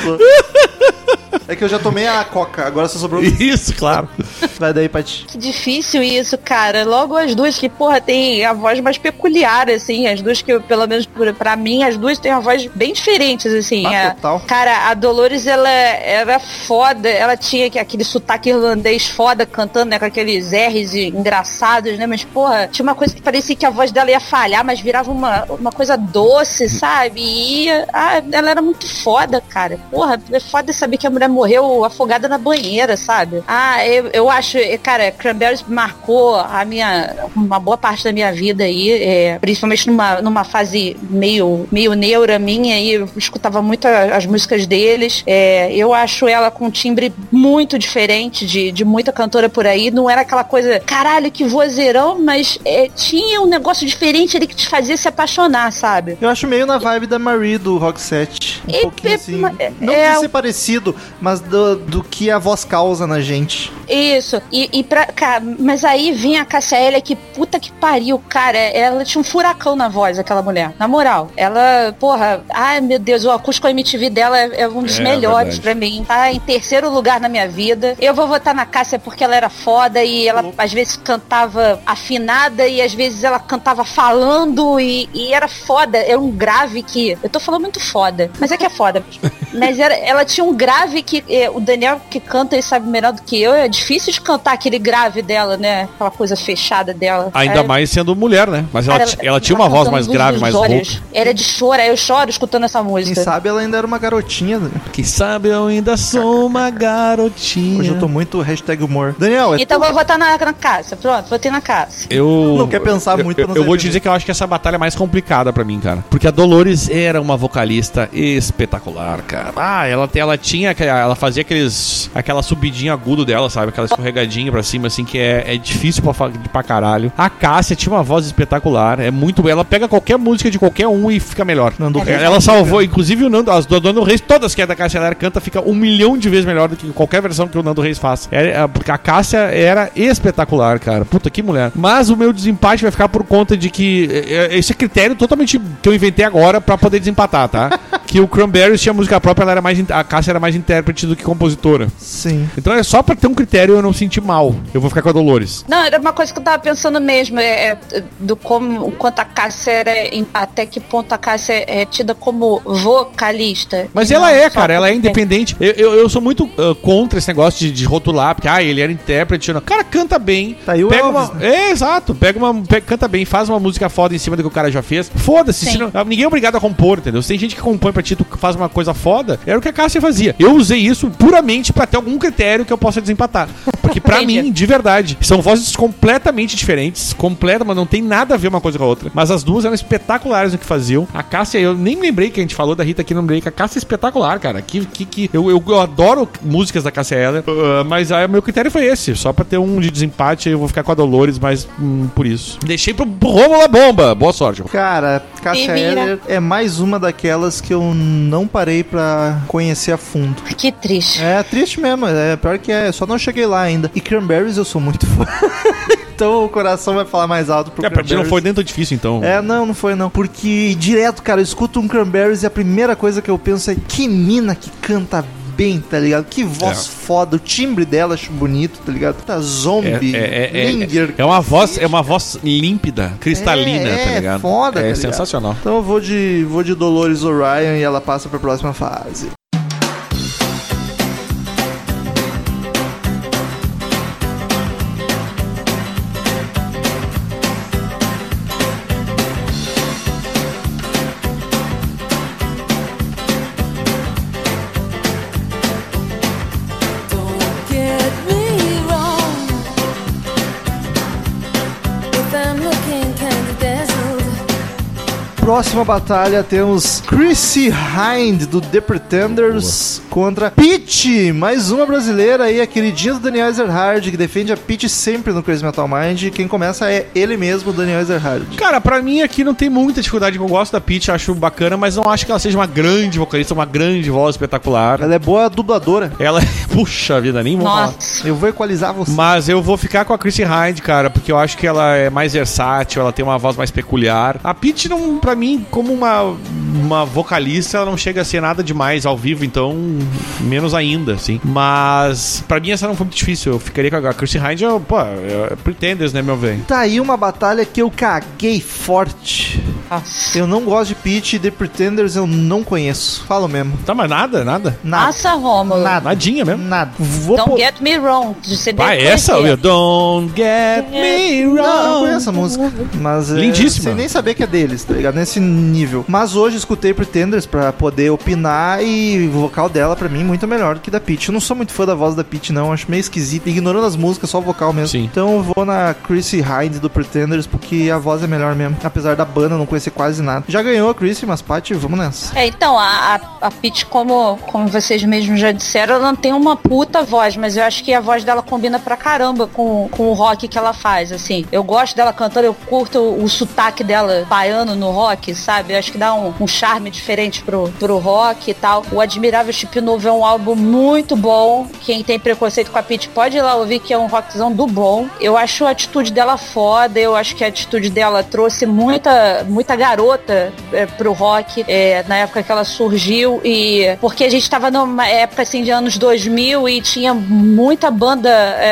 É que eu já tomei a coca, agora só sobrou. Isso, claro. Vai daí, Paty. Que difícil isso, cara. Logo as duas que, porra, tem a voz mais peculiar, assim. As duas que, pelo menos pra mim, as duas têm uma voz bem diferentes, assim. Total. Cara, a Dolores, ela era foda. Ela tinha aquele sotaque irlandês foda, cantando, né, com aqueles R's engraçados, né? Mas, porra, tinha uma coisa que parecia que a voz dela ia falhar, mas virava uma coisa doce, sabe? E ela era muito foda, cara. Porra, é foda saber que a mulher morreu afogada na banheira, sabe? Eu acho, cara, Cranberries marcou uma boa parte da minha vida aí, principalmente numa fase meio neura minha, aí eu escutava muito as músicas deles. Eu acho ela com um timbre muito diferente de muita cantora por aí. Não era aquela coisa, caralho, que vozeirão, mas tinha um negócio diferente ali que te fazia se apaixonar, sabe? Eu acho meio na vibe da Marie do Rock 7. Um pouquinho assim. Não de ser parecido, mas do que a voz causa na gente. Isso. Cara, mas aí vinha a Cássia Eller, que puta que pariu, cara. Ela tinha um furacão na voz, aquela mulher. Na moral. Ela, porra, ai meu Deus, o acústico MTV dela é um dos melhores pra mim. Tá em terceiro lugar na minha vida. Eu vou votar na Cássia porque ela era foda e ela às vezes cantava afinada e às vezes ela cantava falando e era foda. Era um grave que... Eu tô falando muito foda, mas é que é foda. Mas ela tinha um grave que o Daniel que canta e sabe melhor do que eu, é difícil de cantar aquele grave dela, né? Aquela coisa fechada dela. Ainda mais sendo mulher, né? Mas ela tinha uma voz mais grave, mais rouca. Era de choro, eu choro escutando essa música. Quem sabe ela ainda era uma garotinha. Quem sabe eu ainda sou uma garotinha. Hoje eu tô muito #humor. Daniel, então vou votar na Cássia. Pronto, votei na Cássia. Não quer pensar muito pra não Eu vou ser dizer que eu acho que essa batalha é mais complicada pra mim, cara. Porque a Dolores era uma vocalista espetacular, cara. Ela fazia aquela subidinha agudo dela, sabe? Aquela escorregadinha pra cima, assim, que é difícil pra caralho. A Cássia tinha uma voz espetacular. Ela pega qualquer música de qualquer um e fica melhor. Ela salvou, inclusive o Nando, as do Nando Reis, todas que é da Cássia Eller canta, fica 1 milhão de vezes melhor do que qualquer versão que o Nando Reis faz. Porque a Cássia era espetacular, cara. Puta, que mulher. Mas o meu desempate vai ficar por conta de que esse é critério totalmente que eu inventei agora pra poder desempatar, tá? Que o Cranberries tinha música própria, a Cássia era mais intérprete do que compositora. Sim. Então é só pra ter um critério eu não sentir mal. Eu vou ficar com a Dolores. Não, era uma coisa que eu tava pensando mesmo, do como, quanto a Cássia até que ponto a Cássia é tida como vocalista. Mas ela cara, ela é independente. Eu sou muito contra esse negócio de rotular, porque ele era intérprete. Não. O cara canta bem. Tá aí o Elvis, né? Exato. Canta bem, faz uma música foda em cima do que o cara já fez. Foda-se. Ninguém é obrigado a compor, entendeu? Se tem gente que compõe pra ti, tu faz uma coisa foda, era o que a Cássia fazia. Eu usei isso puramente pra ter algum critério que eu possa desempatar. Porque pra mim, de verdade, são vozes completamente diferentes, mas não tem nada a ver uma coisa com a outra. Mas as duas eram espetaculares no que faziam. A Cássia, eu nem lembrei que a gente falou da Rita aqui, não lembrei que a Cássia é espetacular, cara. Eu adoro músicas da Cássia Eller, mas o meu critério foi esse, só pra ter um de desempate, eu vou ficar com a Dolores, mas por isso. Deixei pro Rômulo a bomba. Boa sorte. Cara, Cássia Eller é mais uma daquelas que eu não parei pra conhecer a fundo. Que triste. É triste mesmo, pior que só não cheguei lá ainda. E Cranberries eu sou muito fã. Então o coração vai falar mais alto pro Cranberries. Pra ti não foi nem tão difícil, então. Não foi não. Porque direto, cara, eu escuto um Cranberries e a primeira coisa que eu penso é que mina que canta bem, tá ligado? Que voz foda, o timbre dela acho bonito, tá ligado? Tá zombie, Linger. É uma voz límpida, cristalina, tá ligado? Foda, é tá sensacional. Ligado? Então eu vou de Dolores Orion e ela passa pra próxima fase. Próxima batalha temos Chrissy Hind do The Pretenders contra Pitty, mais uma brasileira aí, a queridinha do Daniel Ezerhard, que defende a Pitty sempre no Crazy Metal Mind. Quem começa é ele mesmo, Daniel Ezerhard. Cara, pra mim aqui não tem muita dificuldade, eu gosto da Pitty, acho bacana, mas não acho que ela seja uma grande vocalista, uma grande voz espetacular. Ela é boa dubladora. Ela puxa vida, nem vou falar. Eu vou equalizar você. Mas eu vou ficar com a Chrissy Hind, cara, porque eu acho que ela é mais versátil, ela tem uma voz mais peculiar. A Pitty, não, pra mim, como uma vocalista, ela não chega a ser nada demais ao vivo, então menos ainda, assim. Mas pra mim essa não foi muito difícil. Eu ficaria com a Chrissy Hind, é Pretenders, né, meu velho? Tá aí uma batalha que eu caguei forte. Eu não gosto de Pitty e The Pretenders eu não conheço. Falo mesmo. Tá, mas nada. Nossa, Rômulo. Nadinha mesmo. Nada. Don't Get Me Wrong. Você deve essa? conhecer. Don't Get Me Wrong. Não, eu não conheço essa música. Mas lindíssima. Sem nem saber que é deles, tá ligado? Nesse nível. Mas hoje escutei Pretenders pra poder opinar e o vocal dela, pra mim, muito melhor que da Pitty. Eu não sou muito fã da voz da Pitty, não. Acho meio esquisito. Ignorando as músicas, só o vocal mesmo. Sim. Então eu vou na Chrissy Hind do Pretenders porque a voz é melhor mesmo. Apesar da banda eu não conhecer quase nada. Já ganhou a Chrissy, mas Patty, vamos nessa. Então, a Pitty, como vocês mesmos já disseram, ela não tem uma puta voz, mas eu acho que a voz dela combina pra caramba com o rock que ela faz, assim. Eu gosto dela cantando, eu curto o sotaque dela baiano no rock, sabe? Eu acho que dá um charme diferente pro rock e tal. O Admirável Chip Novo é um álbum muito bom. Quem tem preconceito com a Pitty pode ir lá ouvir, que é um rockzão do bom. Eu acho a atitude dela foda, eu acho que a atitude dela trouxe muita garota pro rock, na época que ela surgiu, e porque a gente tava numa época assim de anos 2000 e tinha muita banda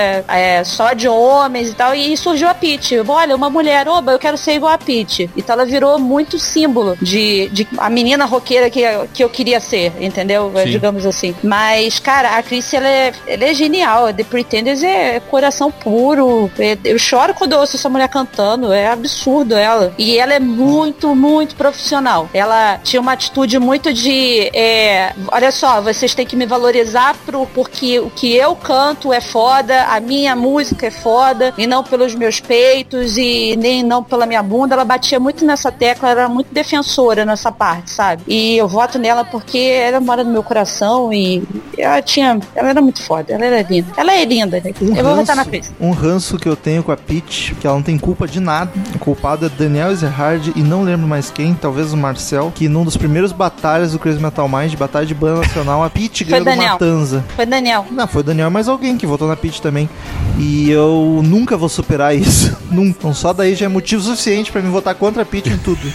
só de homens e tal, e surgiu a Pitty. Olha, uma mulher, oba, eu quero ser igual a Pitty. Então ela virou muito símbolo de a menina roqueira que eu queria ser, entendeu? Sim. Digamos assim. Mas, cara, a Chrissy, ela é genial. The Pretenders é coração puro. Eu choro quando eu ouço essa mulher cantando. É absurdo ela. E ela é muito, muito profissional. Ela tinha uma atitude muito de olha só, vocês têm que me valorizar porque o que eu canto é foda, a minha música é foda, e não pelos meus peitos e nem não pela minha bunda. Ela batia muito nessa tecla, ela era muito defensora nessa parte, sabe? E eu voto nela porque ela mora no meu coração e ela era muito foda, ela era linda. Ela é linda, né? Eu vou votar na Chrissy. Um ranço que eu tenho com a Pitty, que ela não tem culpa de nada. O culpado é Daniel Ezerhard e não lembro mais quem, talvez o Marcel, que num dos primeiros batalhas do Crazy Metal Mind, batalha de banda nacional, a Pitty ganhou do Matanza. Foi Daniel. Não, foi o Daniel, mas alguém que votou na Pitty também. E eu nunca vou superar isso. Nunca. Então só daí já é motivo suficiente pra me votar contra a Pitty em tudo.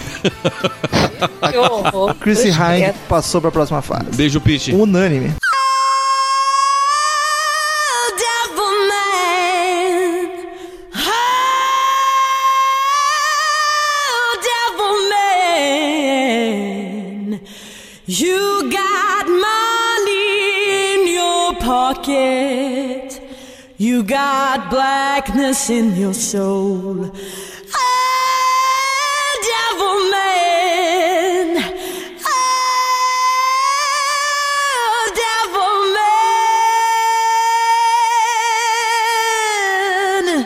Que horror. Chrissy Hind passou pra próxima fase. Beijo, Pitty. Unânime. You got money in your pocket. You got blackness in your soul. Oh, devil man. Oh, devil man.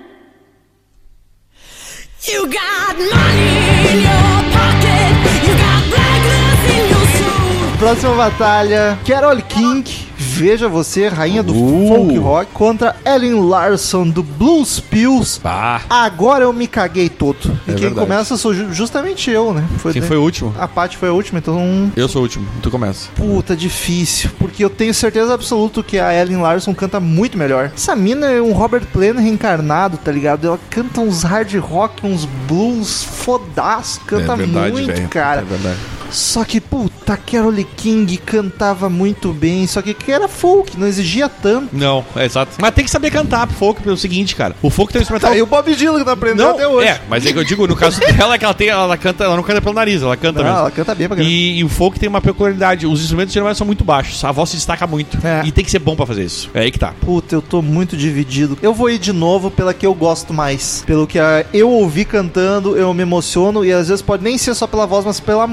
You got money in your pocket. You got blackness in your soul. Próxima batalha, Carole King, veja você, rainha do folk rock, contra Ellen Larson do Blues Pills. Agora eu me caguei todo. E quem verdade. começa sou justamente eu, né? Quem foi o último? A Paty foi a última, então... Eu sou o último, tu começa. Puta, difícil, porque eu tenho certeza absoluta que a Ellen Larson canta muito melhor. Essa mina é um Robert Plant reencarnado, tá ligado? Ela canta uns hard rock, uns blues fodaço, canta muito, véio. cara. É verdade. Só que, puta, Carole King cantava muito bem, só que era folk, não exigia tanto. Não, é exato. Mas tem que saber cantar pro folk, pelo seguinte, cara. O folk tem um instrumental... Tá, e o Bob Dylan que não aprendeu até hoje. Mas é que eu digo, no caso dela, é que ela não canta pelo nariz, ela canta mesmo. Ela canta bem pra caramba. E o folk tem uma peculiaridade, os instrumentos geralmente são muito baixos, a voz se destaca muito. É. E tem que ser bom pra fazer isso. É aí que tá. Puta, eu tô muito dividido. Eu vou ir de novo pela que eu gosto mais. Pelo que eu ouvi cantando, eu me emociono, e às vezes pode nem ser só pela voz, mas pela música.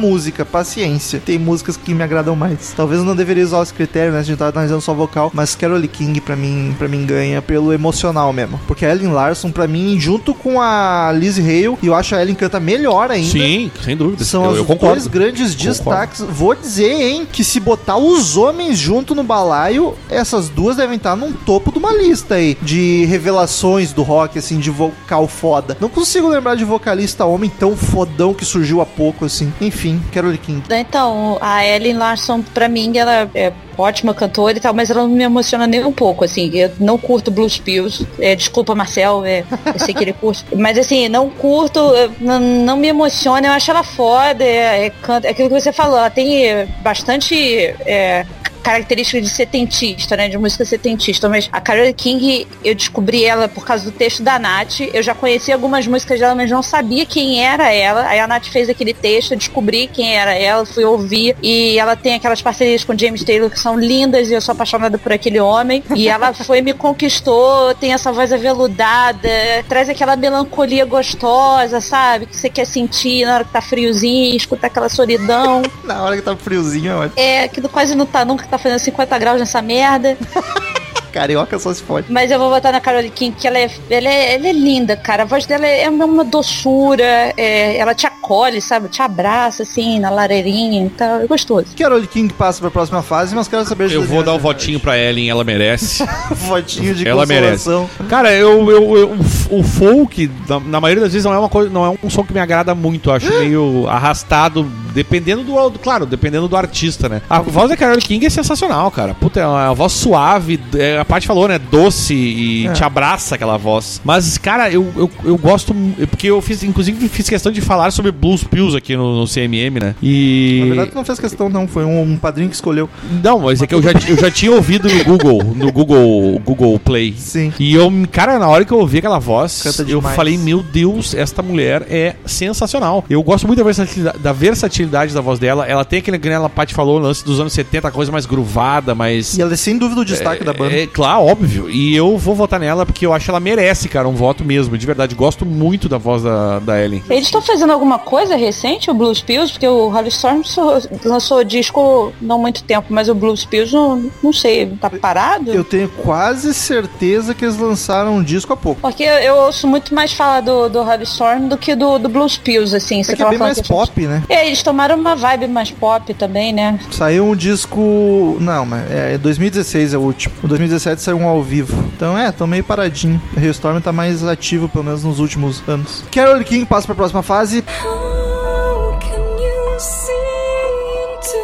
paciência. Tem músicas que me agradam mais. Talvez eu não deveria usar esse critério, né? A gente tá analisando só vocal, mas Carole King pra mim ganha pelo emocional mesmo. Porque a Ellen Larson, pra mim, junto com a Lizzie Hale, e eu acho a Ellen canta melhor ainda. Sim, sem dúvida. São os dois grandes destaques. Vou dizer, hein, que se botar os homens junto no balaio, essas duas devem estar num topo de uma lista aí de revelações do rock, assim, de vocal foda. Não consigo lembrar de vocalista homem tão fodão que surgiu há pouco, assim. Enfim, Carole King. Então, a Ellen Larson, pra mim, ela é ótima cantora e tal, mas ela não me emociona nem um pouco, assim. Eu não curto Blues Pills. Desculpa, Marcel, eu sei que ele curte. Mas, assim, não curto, não me emociona. Eu acho ela foda. É aquilo que você falou, ela tem bastante característica de setentista, né, de música setentista, mas a Carole King, eu descobri ela por causa do texto da Nath. Eu já conhecia algumas músicas dela, mas não sabia quem era ela. Aí a Nath fez aquele texto, eu descobri quem era ela, fui ouvir, e ela tem aquelas parcerias com James Taylor que são lindas, e eu sou apaixonada por aquele homem, e ela me conquistou, tem essa voz aveludada, traz aquela melancolia gostosa, sabe, que você quer sentir na hora que tá friozinho, escutar aquela solidão. Na hora que tá friozinho, ó. Que quase não tá nunca, tá fazendo 50 graus nessa merda. Carioca só se pode. Mas eu vou botar na Carole King, que ela é linda, cara. A voz dela é uma doçura. Ela te acolhe, sabe? Te abraça, assim, na lareirinha. Então, é gostoso. Carole King passa pra próxima fase, mas quero saber... Eu vou dar um votinho pra Ellen, ela merece. Votinho de ela consolação. Merece. Cara, o folk, na maioria das vezes, não é um som que me agrada muito. Eu acho meio arrastado, dependendo dependendo do artista, né? A voz da Carole King é sensacional, cara. Puta, é uma voz suave, a Paty falou, né? Doce e te abraça aquela voz. Mas, cara, eu gosto... Porque eu inclusive fiz questão de falar sobre Blues Pills aqui no CMM, né? E... Na verdade, tu não fez questão, não. Foi um padrinho que escolheu. Não, mas é que eu já tinha ouvido no Google Play. Sim. E cara, na hora que eu ouvi aquela voz, eu falei, meu Deus, esta mulher é sensacional. Eu gosto muito da versatilidade da voz dela. Ela tem aquele, que a Paty falou, lance dos anos 70, a coisa mais gruvada, mas... E ela é sem dúvida o destaque da banda. Claro, óbvio. E eu vou votar nela porque eu acho que ela merece, cara, um voto mesmo. De verdade, gosto muito da voz da Ellen. Eles estão fazendo alguma coisa recente, o Blues Pills? Porque o Rolling Stones lançou disco não há muito tempo, mas o Blues Pills, não sei, tá parado? Eu tenho quase certeza que eles lançaram um disco há pouco. Porque eu ouço muito mais falar do Rolling Stone do que do Blues Pills, assim. É que é bem mais pop, né? Eles tomaram uma vibe mais pop também, né? Saiu um disco... Não, mas 2016 é o último. O 2017 saiu um ao vivo. Então, tão meio paradinho. O Hailstorm tá mais ativo, pelo menos nos últimos anos. Carole King passa pra próxima fase. How can you see into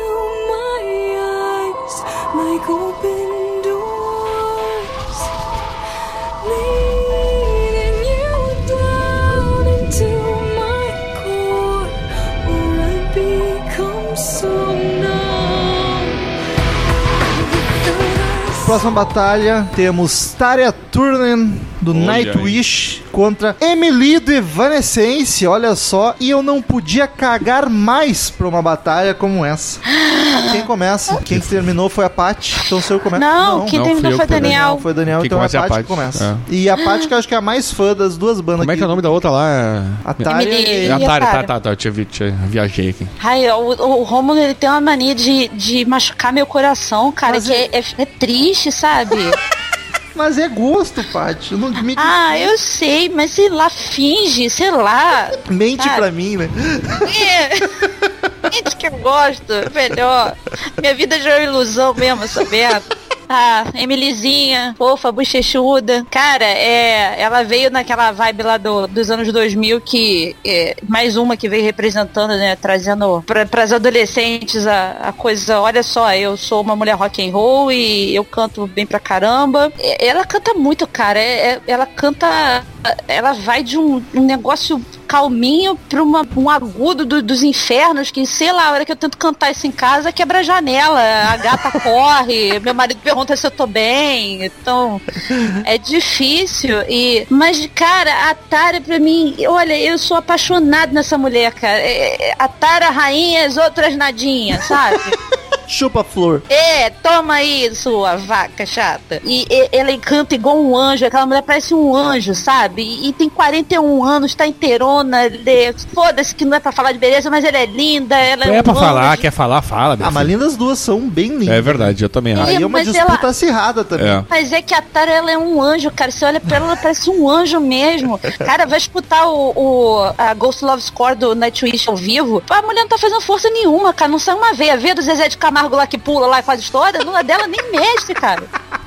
my eyes like open doors, leading you down into my core, where I become so numb. Próxima batalha, temos Tarja Turunen do Nightwish contra Emily do Evanescence, olha só, e eu não podia cagar mais pra uma batalha como essa. Quem começa? Quem terminou foi a Paty, então se eu começo... Não, quem terminou foi o Daniel. Foi o Daniel, então é a Paty que começa. E a Paty que eu acho que é a mais fã das duas bandas. Como é que é o nome da outra lá? A Tarja e a Tarja, tá, eu viajei aqui. Ai, o Rômulo, ele tem uma mania de machucar meu coração, cara, mas que é triste, sabe? Mas é gosto, Paty. Eu sei, mas sei lá, finge, sei lá. Mente sabe? Pra mim, né? Mente que eu gosto, melhor. Minha vida já é uma ilusão mesmo, essa merda. Emilizinha, fofa, bochechuda. Cara, ela veio naquela vibe lá dos anos 2000 que mais uma que veio representando, né, trazendo pras adolescentes a coisa, olha só, eu sou uma mulher rock and roll e eu canto bem pra caramba. Ela canta muito, cara. Ela vai de um negócio calminho pra um agudo dos infernos que, sei lá, a hora que eu tento cantar isso em casa, quebra a janela, a gata corre, meu marido pergunta se eu tô bem, então é difícil. Mas, cara, a Tara pra mim, olha, eu sou apaixonado nessa mulher, cara. A Tara rainha, as outras nadinha, sabe? Chupa flor. Toma aí, sua vaca chata. E ela encanta igual um anjo. Aquela mulher parece um anjo, sabe? E tem 41 anos, tá inteirona. Foda-se que não é pra falar de beleza, mas ela é linda. Ela É um pra anjo. falar, quer falar, fala. Ah, mas lindas duas são bem lindas. É verdade, eu também acho. Aí é uma mas disputa acirrada também. É. Mas é que a Tara, ela é um anjo, cara. Você olha pra ela parece um anjo mesmo. Cara, vai escutar a Ghost Love Score do Nightwish ao vivo. A mulher não tá fazendo força nenhuma, cara. Não sai uma veia. A veia do Zezé de Camargo lá que pula lá e faz história, não é dela nem mexe, cara.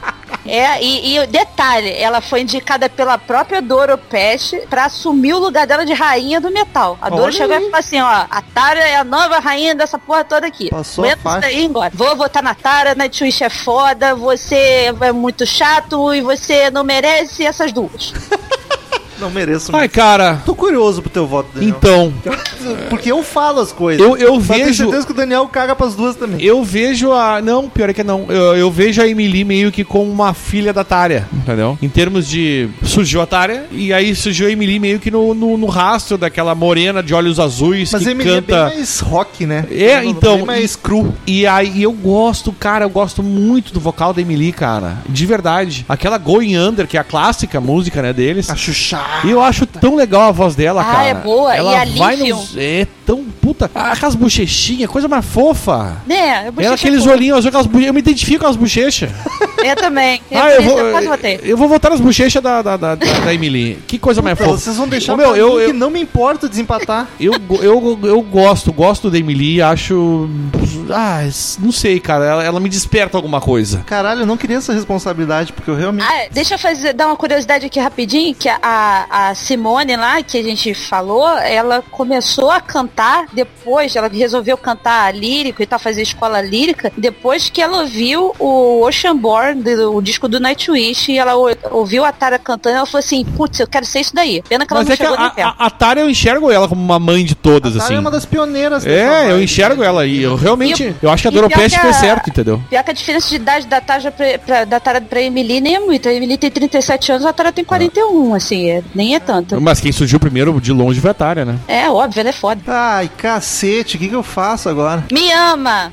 E o detalhe, ela foi indicada pela própria Doro Pesch pra assumir o lugar dela de rainha do metal. A Doro Olha chegou aí. e falou assim, ó, a Tara é a nova rainha dessa porra toda aqui. Passou Aguenta a faixa. isso daí agora. Vou votar na Tara, Nightwish é foda, você é muito chato e você não merece essas duas. Não mereço. Ai, mesmo. cara, Tô curioso pro teu voto, Daniel. então, Porque eu falo as coisas. eu Mas tenho vejo... certeza que o Daniel caga pras duas também. Eu vejo a... Não, pior é que não. Eu vejo a Emily meio que como uma filha da Tária, entendeu? Em termos de... Surgiu a Tária e aí surgiu a Emily meio que no rastro daquela morena de olhos azuis Mas que a Emily é canta... bem mais rock, né? Então... Bem mais cru. E aí eu gosto muito do vocal da Emily, cara. De verdade. Aquela Going Under, que é a clássica música, né, deles. Acho chato. E eu acho tão legal a voz dela, cara. É boa. Ela E a vai Lithium? nos... É tão... Puta... Aquelas bochechinhas, coisa mais fofa. Né? Ela, aqueles olhinhos azuis, eu me identifico com as bochechas. Eu também. Eu quase votei. eu vou votar nas bochechas da Emily. Que coisa mais fofa. Vocês vão deixar Ô, meu, pra mim que não me importa desempatar. Eu gosto da Emily, acho... Ah, não sei, cara. Ela me desperta alguma coisa. Caralho, eu não queria essa responsabilidade, porque eu realmente... Deixa eu dar uma curiosidade aqui rapidinho, que a Simone lá, que a gente falou, ela começou a cantar depois, ela resolveu cantar lírico e tal, fazer escola lírica, depois que ela ouviu o Oceanborn, o disco do Nightwish, e ela ouviu a Tara cantando, ela falou assim, putz, eu quero ser isso daí. Pena que ela Mas não é que chegou nem perto. a Tária, eu enxergo ela como uma mãe de todas, A Tara assim. é uma das pioneiras. dessa É, eu vibe. enxergo ela e eu realmente... Eu acho que a E Doro pior Pesch que fez certo, entendeu? Pior que a diferença de idade da Tara pra Emily nem é muito. A Emily tem 37 anos, a Tara tem 41, assim, nem é tanto. Mas quem surgiu primeiro de longe foi a Tária, né? É, óbvio, ela é foda. Ai, cacete, o que eu faço agora? Me ama!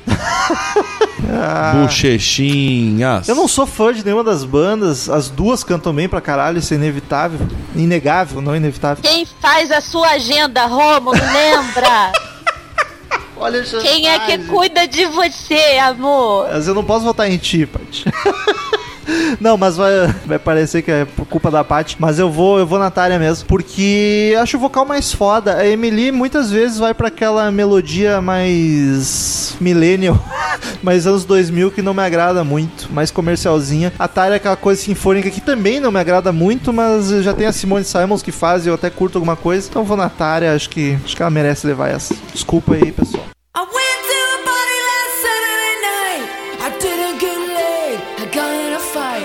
Bochechinhas. Eu não sou fã de nenhuma das bandas, as duas cantam bem pra caralho, isso é inevitável. Inegável, não inevitável. Quem faz a sua agenda, Rômulo, lembra? Olha, Quem é que cuida de você, amor? Mas eu não posso votar em ti, Paty. Não, mas vai parecer que é por culpa da Paty. Mas eu vou na Tária mesmo. Porque acho o vocal mais foda. A Emily muitas vezes vai pra aquela melodia mais millennial, mais anos 2000, que não me agrada muito. Mais comercialzinha. A Tária é aquela coisa sinfônica que também não me agrada muito, mas já tem a Simone Simons que faz e eu até curto alguma coisa. Então vou na Tária, acho que ela merece levar essa. Desculpa aí, pessoal. I went to a party last Saturday night. I didn't get laid. I got in a fight.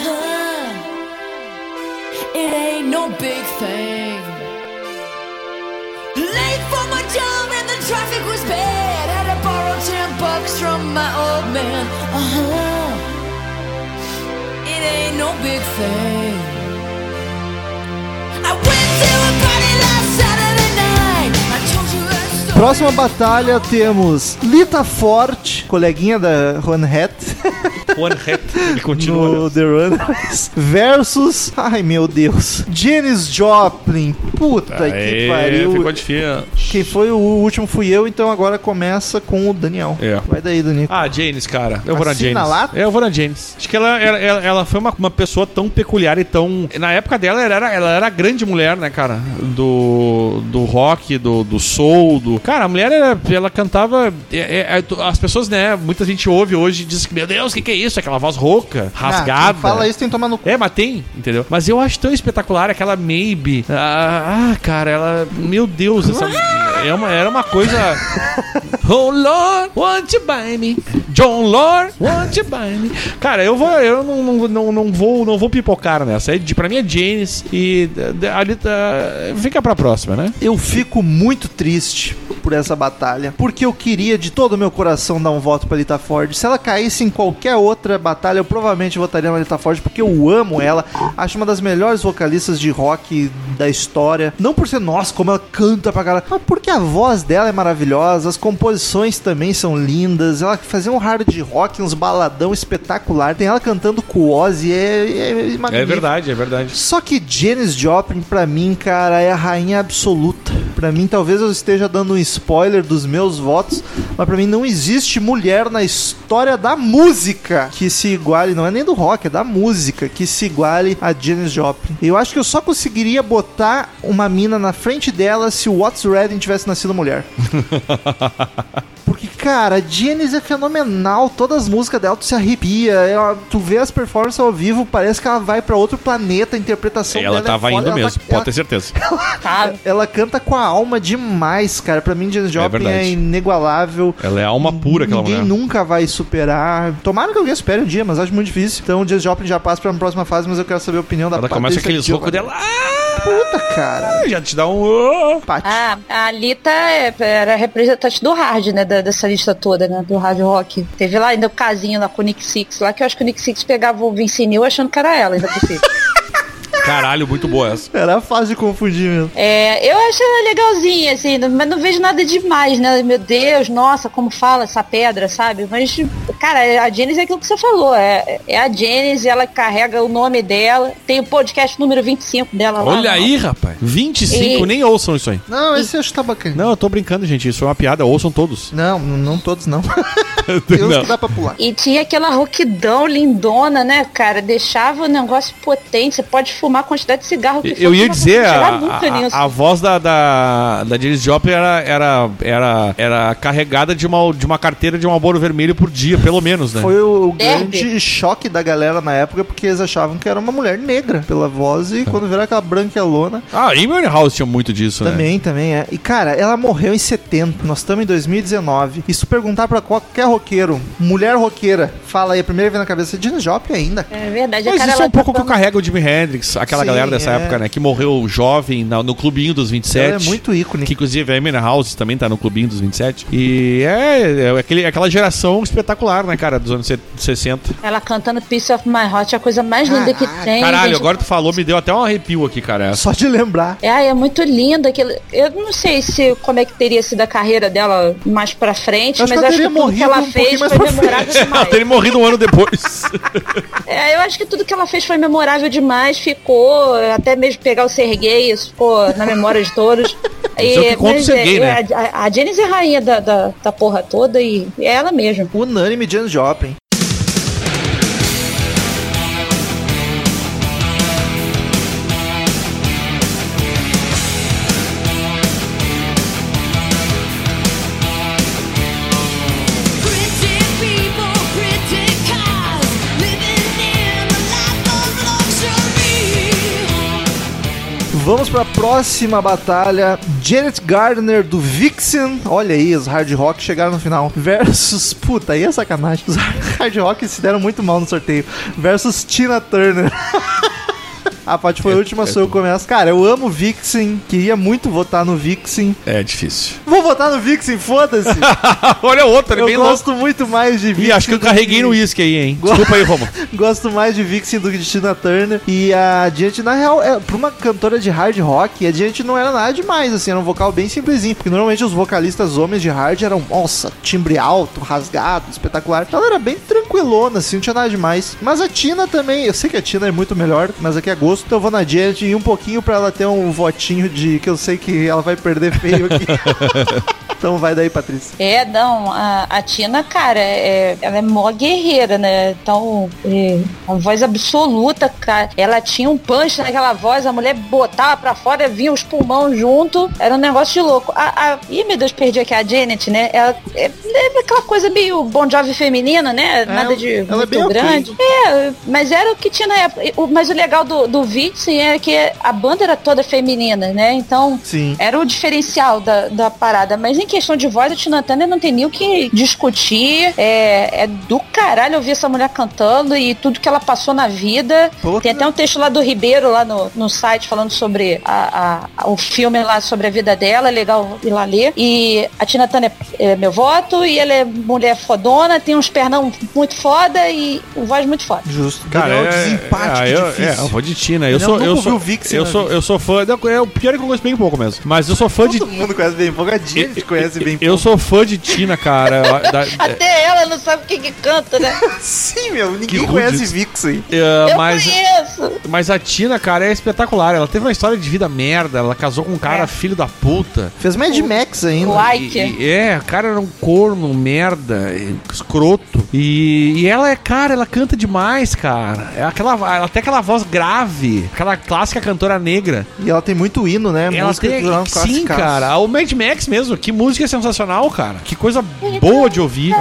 It ain't no big thing. Late for my job and the traffic was bad. Had to borrow $10 from my old man. It ain't no big thing. I went to a party last Saturday night. I told you that story. Próxima batalha temos Lita Forte, coleguinha da Juan Het, Ele continua. no The Runaways, versus, ai meu Deus, Janis Joplin. Puta que pariu. Ficou difícil. Quem foi o último fui eu, então agora começa com o Daniel. É. Vai daí, Daniel. Ah, Janis, cara. Eu vou na Assim, Janis. na lata? Eu vou na Janis. Acho que ela foi uma pessoa tão peculiar e tão... Na época dela, ela era a grande mulher, né, cara? Do rock, do soul, Cara, a mulher, ela cantava... As pessoas, né, muita gente ouve hoje e diz que, meu Deus, o que é isso? Aquela voz rouca, rasgada. Quem fala isso tem que tomar no cu. Mas tem, entendeu? Mas eu acho tão espetacular aquela Maybe. Cara, ela... Meu Deus, era uma coisa... Oh Lord, won't you buy me? John Lord, won't you buy me? Cara, eu não vou pipocar nessa. Pra mim é Janis e ali fica pra próxima, né? Eu fico muito triste, por essa batalha, porque eu queria de todo o meu coração dar um voto pra Lita Ford. Se ela caísse em qualquer outra batalha, eu provavelmente votaria na Lita Ford, porque eu amo ela. Acho uma das melhores vocalistas de rock da história. Não por ser, nossa, como ela canta pra caralho, mas porque a voz dela é maravilhosa, as composições também são lindas. Ela fazia um hard rock, uns baladão espetacular. Tem ela cantando com o Ozzy, é magnífico. É verdade, é verdade. Só que Janis Joplin, pra mim, cara, é a rainha absoluta. Pra mim, talvez eu esteja dando um spoiler dos meus votos, mas pra mim não existe mulher na história da música que se iguale, não é nem do rock, é da música, que se iguale a Janis Joplin. Eu acho que eu só conseguiria botar uma mina na frente dela se o Otis Redding tivesse nascido mulher. Porque, cara, a Janis é fenomenal. Todas as músicas dela, tu se arrepia. Tu vê as performances ao vivo, parece que ela vai pra outro planeta. A interpretação ela dela tava é foda. indo mesmo, pode ter certeza. Ela canta com a alma demais, cara. Pra mim, Janis Joplin é inigualável. Ela é alma pura, aquela mulher. Ninguém nunca vai superar. Tomara que alguém supere um dia, mas acho muito difícil. Então, Janis Joplin já passa pra próxima fase, mas eu quero saber a opinião da Patrícia. Ela começa aqueles roucos dela. Puta, cara. Já te dá um... A Lita era representante do hard, né? Dessa lista toda, né? Do hard rock. Teve lá ainda o casinho lá com o Nick Six, lá que eu acho que o Nick Six pegava o Vince Neil achando que era ela, ainda por cima. Caralho, muito boa essa. Era fácil de confundir mesmo. Eu acho ela legalzinha, assim, mas não vejo nada demais, né? Meu Deus, nossa, como fala essa pedra, sabe? Mas, cara, a Janis é aquilo que você falou. É a Janis, ela carrega o nome dela. Tem o podcast número 25 dela lá. Olha aí, rapaz. 25, nem ouçam isso aí. Não, esse eu acho que tá bacana. Não, eu tô brincando, gente. Isso é uma piada. Ouçam todos. Não todos, não. Tem uns que dá pra pular. E tinha aquela roquidão lindona, né, cara? Deixava o negócio potente. Você pode fumar a quantidade de cigarro que eu ia dizer, a voz da Janis Joplin era carregada de uma carteira de Marlboro vermelho por dia, pelo menos, né? Foi o grande choque da galera na época, porque eles achavam que era uma mulher negra pela voz, e quando viram aquela branquelona... Ah, e Amy House tinha muito disso, né? Também é. E, cara, ela morreu em 70, nós estamos em 2019, e se perguntar pra qualquer roqueiro, mulher roqueira, fala aí, a primeira vez na cabeça, Janis Joplin ainda. É verdade. Mas isso é um pouco que eu carrego o Jimi Hendrix, aquela galera dessa época, né? Que morreu jovem no clubinho dos 27. Ela é muito ícone. Que inclusive a Amy House também tá no clubinho dos 27. E aquela geração espetacular, né, cara, dos anos 60. Ela cantando Piece of My Heart é a coisa mais linda que tem. Caralho, agora tu falou, me deu até um arrepio aqui, cara. Só de lembrar. É muito linda. Eu não sei como é que teria sido a carreira dela mais pra frente, mas acho que tudo que ela fez foi memorável demais. Ela teria morrido um ano depois. Eu acho que tudo que ela fez foi memorável demais, ficou, até mesmo pegar o Serguei, isso ficou na memória de todos. Né? A Janis é rainha da porra toda e é ela mesma. Unânime Janis Joplin. Vamos pra próxima batalha. Janet Gardner do Vixen. Olha aí, os hard rock chegaram no final. Versus... Puta, aí é sacanagem. Os hard rock se deram muito mal no sorteio. Versus Tina Turner. A Paty foi a última, sou eu que começo. Cara, eu amo Vixen, queria muito votar no Vixen. É difícil. Vou votar no Vixen, foda-se. Olha o outro, ele bem gosto muito mais de Vixen. E acho que eu carreguei no uísque aí, hein? Desculpa aí, Romo. Gosto mais de Vixen do que de Tina Turner. E a Janet, na real, pra uma cantora de hard rock, a Janet não era nada demais, assim, era um vocal bem simplesinho. Porque normalmente os vocalistas homens de hard eram, nossa, timbre alto, rasgado, espetacular. Ela era bem tranquilona, assim, não tinha nada demais. Mas a Tina também, eu sei que a Tina é muito melhor, mas aqui é gosto. Então eu vou na Janet e um pouquinho pra ela ter um votinho de que eu sei que ela vai perder feio aqui. Então vai daí, Patrícia. A Tina, cara, ela é mó guerreira, né? Então, uma voz absoluta, cara. Ela tinha um punch naquela voz, a mulher botava pra fora, vinha os pulmões junto. Era um negócio de louco. Ih, meu Deus, perdi aqui a Janet, né? Ela é lembra aquela coisa meio Bon Jovi feminina, né? Nada de ela é bem muito grande. Mas era o que tinha na época. Mas o legal do Vixen é que a banda era toda feminina, né? Então, Sim. era o diferencial da parada. Mas em questão de voz, a Tina Turner não tem nem o que discutir. É do caralho ouvir essa mulher cantando e tudo que ela passou na vida. Puta. Tem até um texto lá do Ribeiro, lá no site, falando sobre o filme lá, sobre a vida dela. É legal ir lá ler. E a Tina Turner é meu voto, e ela é mulher fodona, tem uns pernão muito foda e voz muito foda. Justo. Cara, Daniel, desempate difícil. eu vou de Tina. Daniel nunca ouviu o Vixen na vida. Eu sou fã. O pior é que eu conheço bem pouco mesmo. Mas eu sou fã de. Todo mundo conhece bem pouco, a gente conhece bem pouco. Eu sou fã de Tina, cara. Até ela não sabe quem que canta, né? Sim, meu, ninguém rude conhece isso. Vixen. Eu mas, conheço. mas a Tina, cara, é espetacular. Ela teve uma história de vida merda. Ela casou com um cara filho da puta. Fez Mad Max ainda. Like. O cara era um corno, merda, escroto. E ela ela canta demais, cara. Ela tem aquela voz grave, aquela clássica cantora negra. E ela tem muito hino, né? Ela Música tem, que não sim, classicaço. cara. O Mad Max mesmo, que música sensacional, cara. Que coisa boa de ouvir.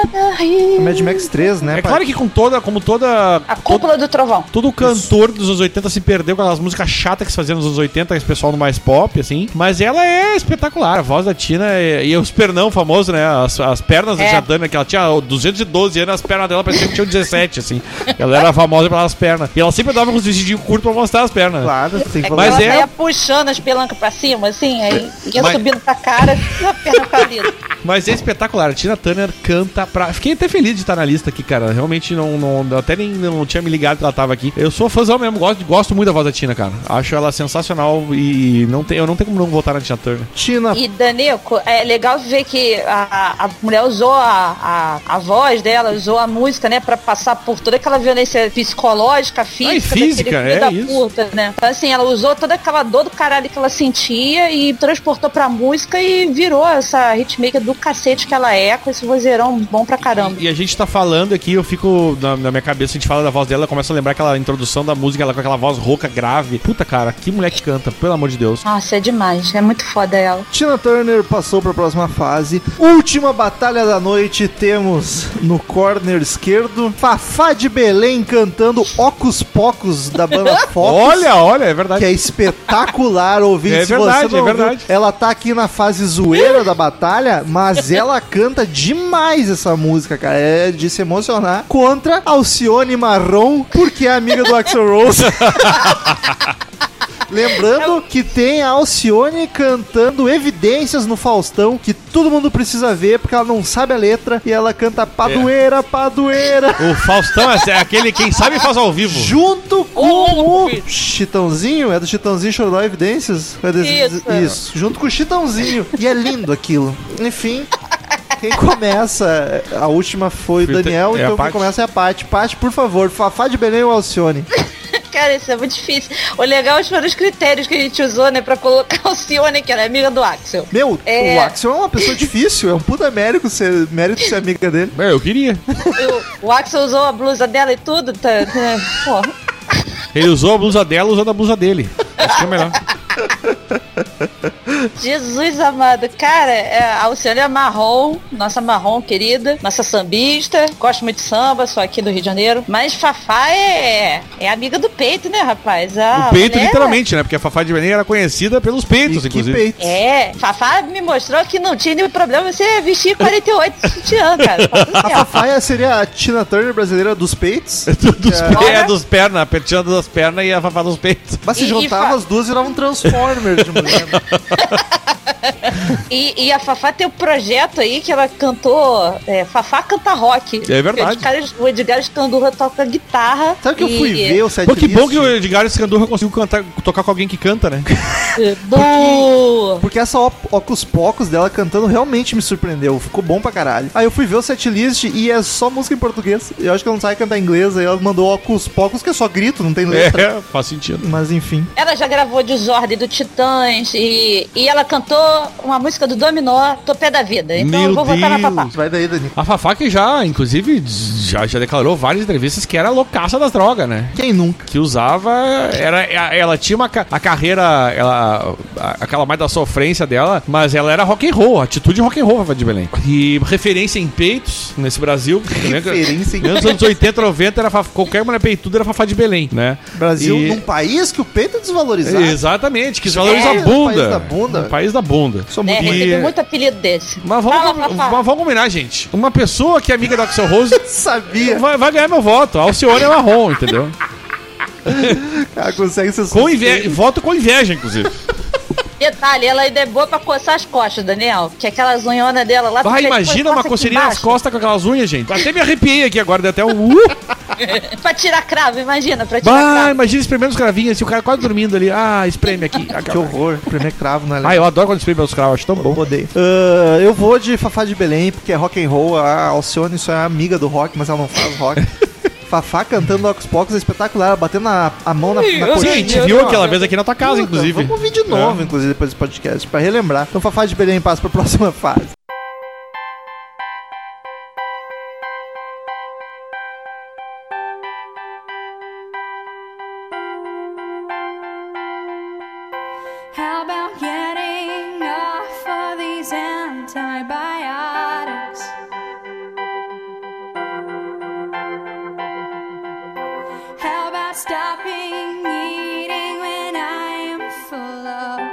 Mad Max 3, né? É claro que como toda A cúpula do trovão. todo cantor dos anos 80 se perdeu com aquelas músicas chatas que se faziam nos anos 80, esse pessoal no mais pop, assim. Mas ela é espetacular. A voz da Tina e os pernão famosos, né? As pernas da Tina Turner, que ela tinha 212 anos, as pernas dela pareciam que tinham 17, assim. Ela era famosa pelas pernas. E ela sempre dava com os vestidinhos curtos pra mostrar as pernas. Claro, tem que falar. Mas Ela ia puxando as pelancas pra cima, assim, aí ia subindo pra cara e a perna calida. Mas é espetacular. A Tina Turner canta pra... Fiquei até feliz de estar na lista aqui, cara. Realmente até nem não tinha me ligado que ela tava aqui. Eu sou fãzão mesmo. Gosto muito da voz da Tina, cara. Acho ela sensacional e eu não tenho como não votar na Tina Turner. Tina. E, Danico, é legal ver que a mulher usou a voz dela, usou a música, né, pra passar por toda aquela violência psicológica, física, é da isso. puta, né? Então, assim, ela usou toda aquela dor do caralho que ela sentia e transportou pra música e virou essa hitmaker do cacete que ela é, com esse vozeirão bom pra caramba. E a gente tá falando aqui, eu fico na minha cabeça, a gente fala da voz dela, eu começo a lembrar aquela introdução da música, ela com aquela voz rouca, grave. Puta, cara, que mulher que canta, pelo amor de Deus. Nossa, é demais, é muito foda ela. Tina Turner passou para a próxima fase. Última batalha da noite, temos no corner esquerdo Fafá de Belém cantando Ocus Pocus da banda Focus. Olha, é verdade. Que é espetacular ouvir. É verdade, é verdade. Ela tá aqui na fase zoeira da batalha, mas ela canta demais essa música, cara. É de se emocionar. Contra Alcione Marrom, porque é amiga do Axl Rose. Lembrando que tem a Alcione cantando Evidências no Faustão, que todo mundo precisa ver, porque ela não sabe a letra, e ela canta Padoeira, Padoeira. O Faustão é aquele quem sabe faz ao vivo. Junto com o Chitãozinho, é do Chitãozinho Chororó Evidências? Isso, junto com o Chitãozinho. E é lindo aquilo. Enfim... Quem começa, a última foi o Daniel, então quem começa é a Paty. Paty, por favor, Fafá de Belém ou Alcione? Cara, isso é muito difícil. O legal foram os critérios que a gente usou, né, pra colocar a Alcione, que ela é amiga do Axl. Meu, o Axl é uma pessoa difícil, é um puta mérito ser amiga dele. Eu queria. O Axl usou a blusa dela e tudo, porra. Ele usou a blusa dela usando a blusa dele. Acho que é melhor. Jesus amado, cara, a Alcione é marrom, nossa marrom querida, nossa sambista, gosto muito de samba, sou aqui do Rio de Janeiro, mas Fafá é amiga do peito, né, rapaz? O peito, literalmente, né? Porque a Fafá de Belém era conhecida pelos peitos, inclusive. Peitos? Fafá me mostrou que não tinha nenhum problema você vestir 48 sutiã, cara. A Fafá seria a Tina Turner brasileira dos peitos? Dos pernas, a Tina das pernas e a Fafá dos peitos. Mas se juntava as duas, virava um Transformer de mulher. E a Fafá tem um projeto aí que ela cantou Fafá canta rock. É verdade. O Edgar Escandurra toca guitarra. Sabe que eu fui ver o setlist? Pô, que bom que o Edgar Escandurra conseguiu tocar com alguém que canta, né? Porque essa Ocus Pocus dela cantando realmente me surpreendeu. Ficou bom pra caralho. Aí eu fui ver o setlist e é só música em português. Eu acho que ela não sabe cantar inglês. Aí ela mandou Ocus Pocus, que é só grito, não tem letra. Faz sentido. Mas enfim. Ela já gravou Desordem do Titãs e ela cantou uma música do Dominó, tô pé da vida. Então Meu eu vou votar na Deus. Fafá. Vai daí, Dani. A Fafá que já, inclusive, já declarou várias entrevistas que era loucaça das drogas, né? Quem nunca? Que usava, ela tinha a carreira, aquela mais da sofrência dela, mas ela era rock and roll, atitude rock and roll, Fafá de Belém. E referência em peitos nesse Brasil. Referência em nos anos 80, 90, qualquer mulher peituda era Fafá de Belém, né? Brasil, E- num país que o peito é desvalorizado. Exatamente, que desvaloriza a É, bunda. o país da bunda. O país da bunda. Sou Né? muito... Recebi muito apelido desse. Mas Fala, Fafá. vamos combinar, gente. Uma pessoa que é amiga da Axel Rose Sabia. vai ganhar meu voto. A Alcione é marrom, entendeu? Cara, consegue ser Com inveja, voto com inveja, inclusive. Detalhe, ela ainda é boa pra coçar as costas, Daniel. Que aquelas unhonas dela lá... Vai, fica imagina depois uma passa aqui coceirinha nas embaixo. costas com aquelas unhas, gente. Até me arrepiei aqui agora, deu até um... Pra tirar cravo, imagina, pra tirar Bah, cravo. imagina espremendo os cravinhos, assim, o cara quase dormindo ali. Ah, espreme aqui. Que horror. Primeiro cravo, né? Ah, eu adoro quando espreme os cravos, acho tão bom. Odeio. Eu vou de Fafá de Belém, porque é rock and roll. A Alcione só é amiga do rock, mas ela não faz rock. Fafá cantando Ocus Pocus é espetacular, ela batendo a mão na A coxinha. gente viu aquela vez aqui na tua casa, Puta, inclusive. Vamos ouvir de novo, inclusive, depois desse podcast, pra relembrar. Então, Fafá de Belém passa pra próxima fase. How about getting off of these antibiotics? How about stopping eating when I am full of?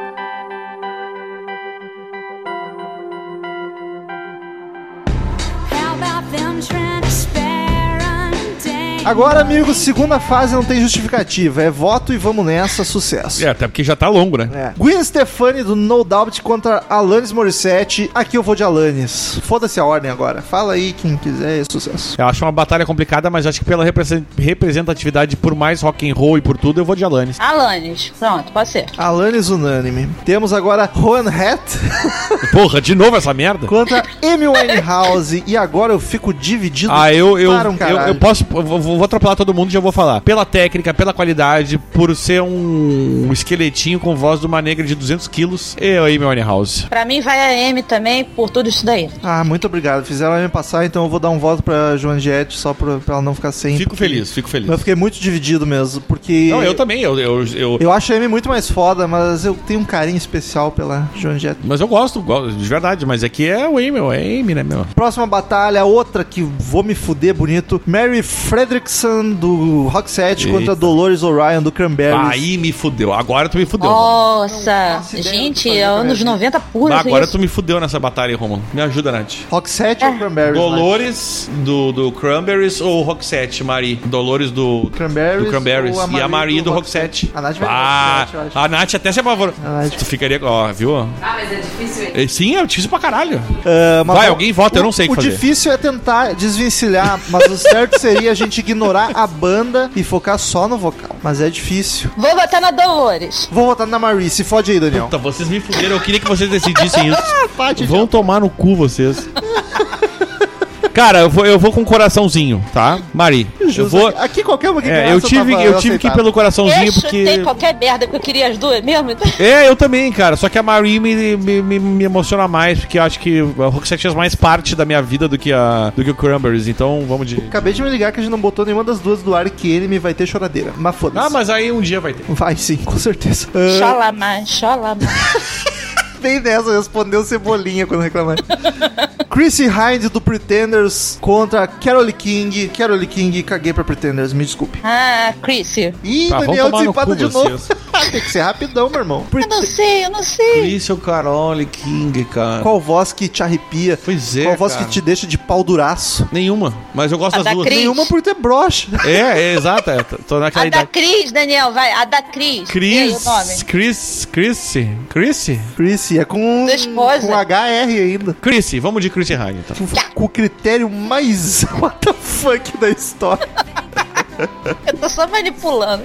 How about them trying to spare undane? Agora, amigos, segunda fase não tem justificativa. É voto e vamos nessa, sucesso. É, até porque já tá longo, né? É. Gwen Stefani do No Doubt contra Alanis Morissette. Aqui eu vou de Alanis. Foda-se a ordem agora. Fala aí quem quiser, é sucesso. Eu acho uma batalha complicada, mas acho que pela representatividade, por mais rock and roll e por tudo, eu vou de Alanis. Alanis, pronto, pode ser. Alanis unânime. Temos agora Juan Hat Porra, de novo essa merda? contra Amy Winehouse. E agora eu fico dividido Ah, eu caralho. posso. Vou atropelar todo mundo e já vou falar. Pela técnica, pela qualidade, por ser um esqueletinho com voz de uma negra de 200 quilos, eu aí, meu Winehouse. Pra mim vai a Amy também por tudo isso daí. Ah, muito obrigado. Fizeram ela me passar, então eu vou dar um voto pra Joan Jett só pra ela não ficar sem. Fico feliz. Eu fiquei muito dividido mesmo, porque... Não, eu também. Eu acho a Amy muito mais foda, mas eu tenho um carinho especial pela Joan Jett. Mas eu gosto de verdade. Mas aqui é o Amy, né, meu? Próxima batalha, outra que vou me fuder bonito. Mary Fredrickson do Roxette Eita. contra Dolores O'Riordan do Cranberries. Aí me fudeu. Agora tu me fudeu. Nossa, faço ideia do que gente, fazer é com anos essa. 90 puro Agora isso. tu me fudeu nessa batalha aí, Romulo. Me ajuda, Nath. Roxette ou Cranberries? Dolores do Cranberries ou Roxette, Mari? Dolores do Cranberries ou e a Mari do Roxette. A Nath vai Ah, Roxette, eu acho. a Nath até se apavorou. A Nath- Tu ficaria, ó, viu? Ah, mas é difícil. Sim, é difícil pra caralho. Mas Vai, alguém vota, eu não sei o que fazer. O difícil é tentar desvencilhar, mas o certo seria a gente ignorar a banda e focar só no vocal. Mas é difícil. Vou botar na Dolores. Vou votar na Marie. Se fode aí, Daniel. Puta, vocês me fuderam. Eu queria que vocês decidissem isso. Pode, Vão tomar no cu vocês. Cara, eu vou com um coraçãozinho, tá? Mari, eu vou... Aqui qualquer uma que É, ganhasse, eu tive que ir aceitava. pelo coraçãozinho Eu chutei porque... qualquer merda que eu queria as duas mesmo. É, eu também, cara. Só que a Marie me emociona mais, porque eu acho que a Roxette faz mais parte da minha vida do que o Cranberries. Então, vamos de... Acabei de me ligar que a gente não botou nenhuma das duas do Ark Enemy, vai ter choradeira. Mas foda-se. Ah, mas aí um dia vai ter. Vai sim, com certeza. Xalamã. Bem nessa, respondeu Cebolinha quando reclamar. Chrissy Hynde do Pretenders contra Carole King. Carole King, caguei pra Pretenders, me desculpe. Ah, Chrissy. Ih, Tá, vamos Daniel tomar no desempata cu de novo. vocês. Tem que ser rapidão, meu irmão. Eu não sei. Isso, Carole King, cara. Qual voz que te arrepia? Pois é, Qual voz cara. que te deixa de pau duraço? Nenhuma, mas eu gosto A das da duas. Cris. Nenhuma por ter broche. É, exato. Tô naquela A da idade. Cris, Daniel, vai. A da Cris. E aí, o nome? Chrissy? Chrissy, é com Da esposa. com HR ainda. Chrissy, vamos de Chrissy Hynde, então. Com o critério mais what the fuck da história. Eu tô só manipulando.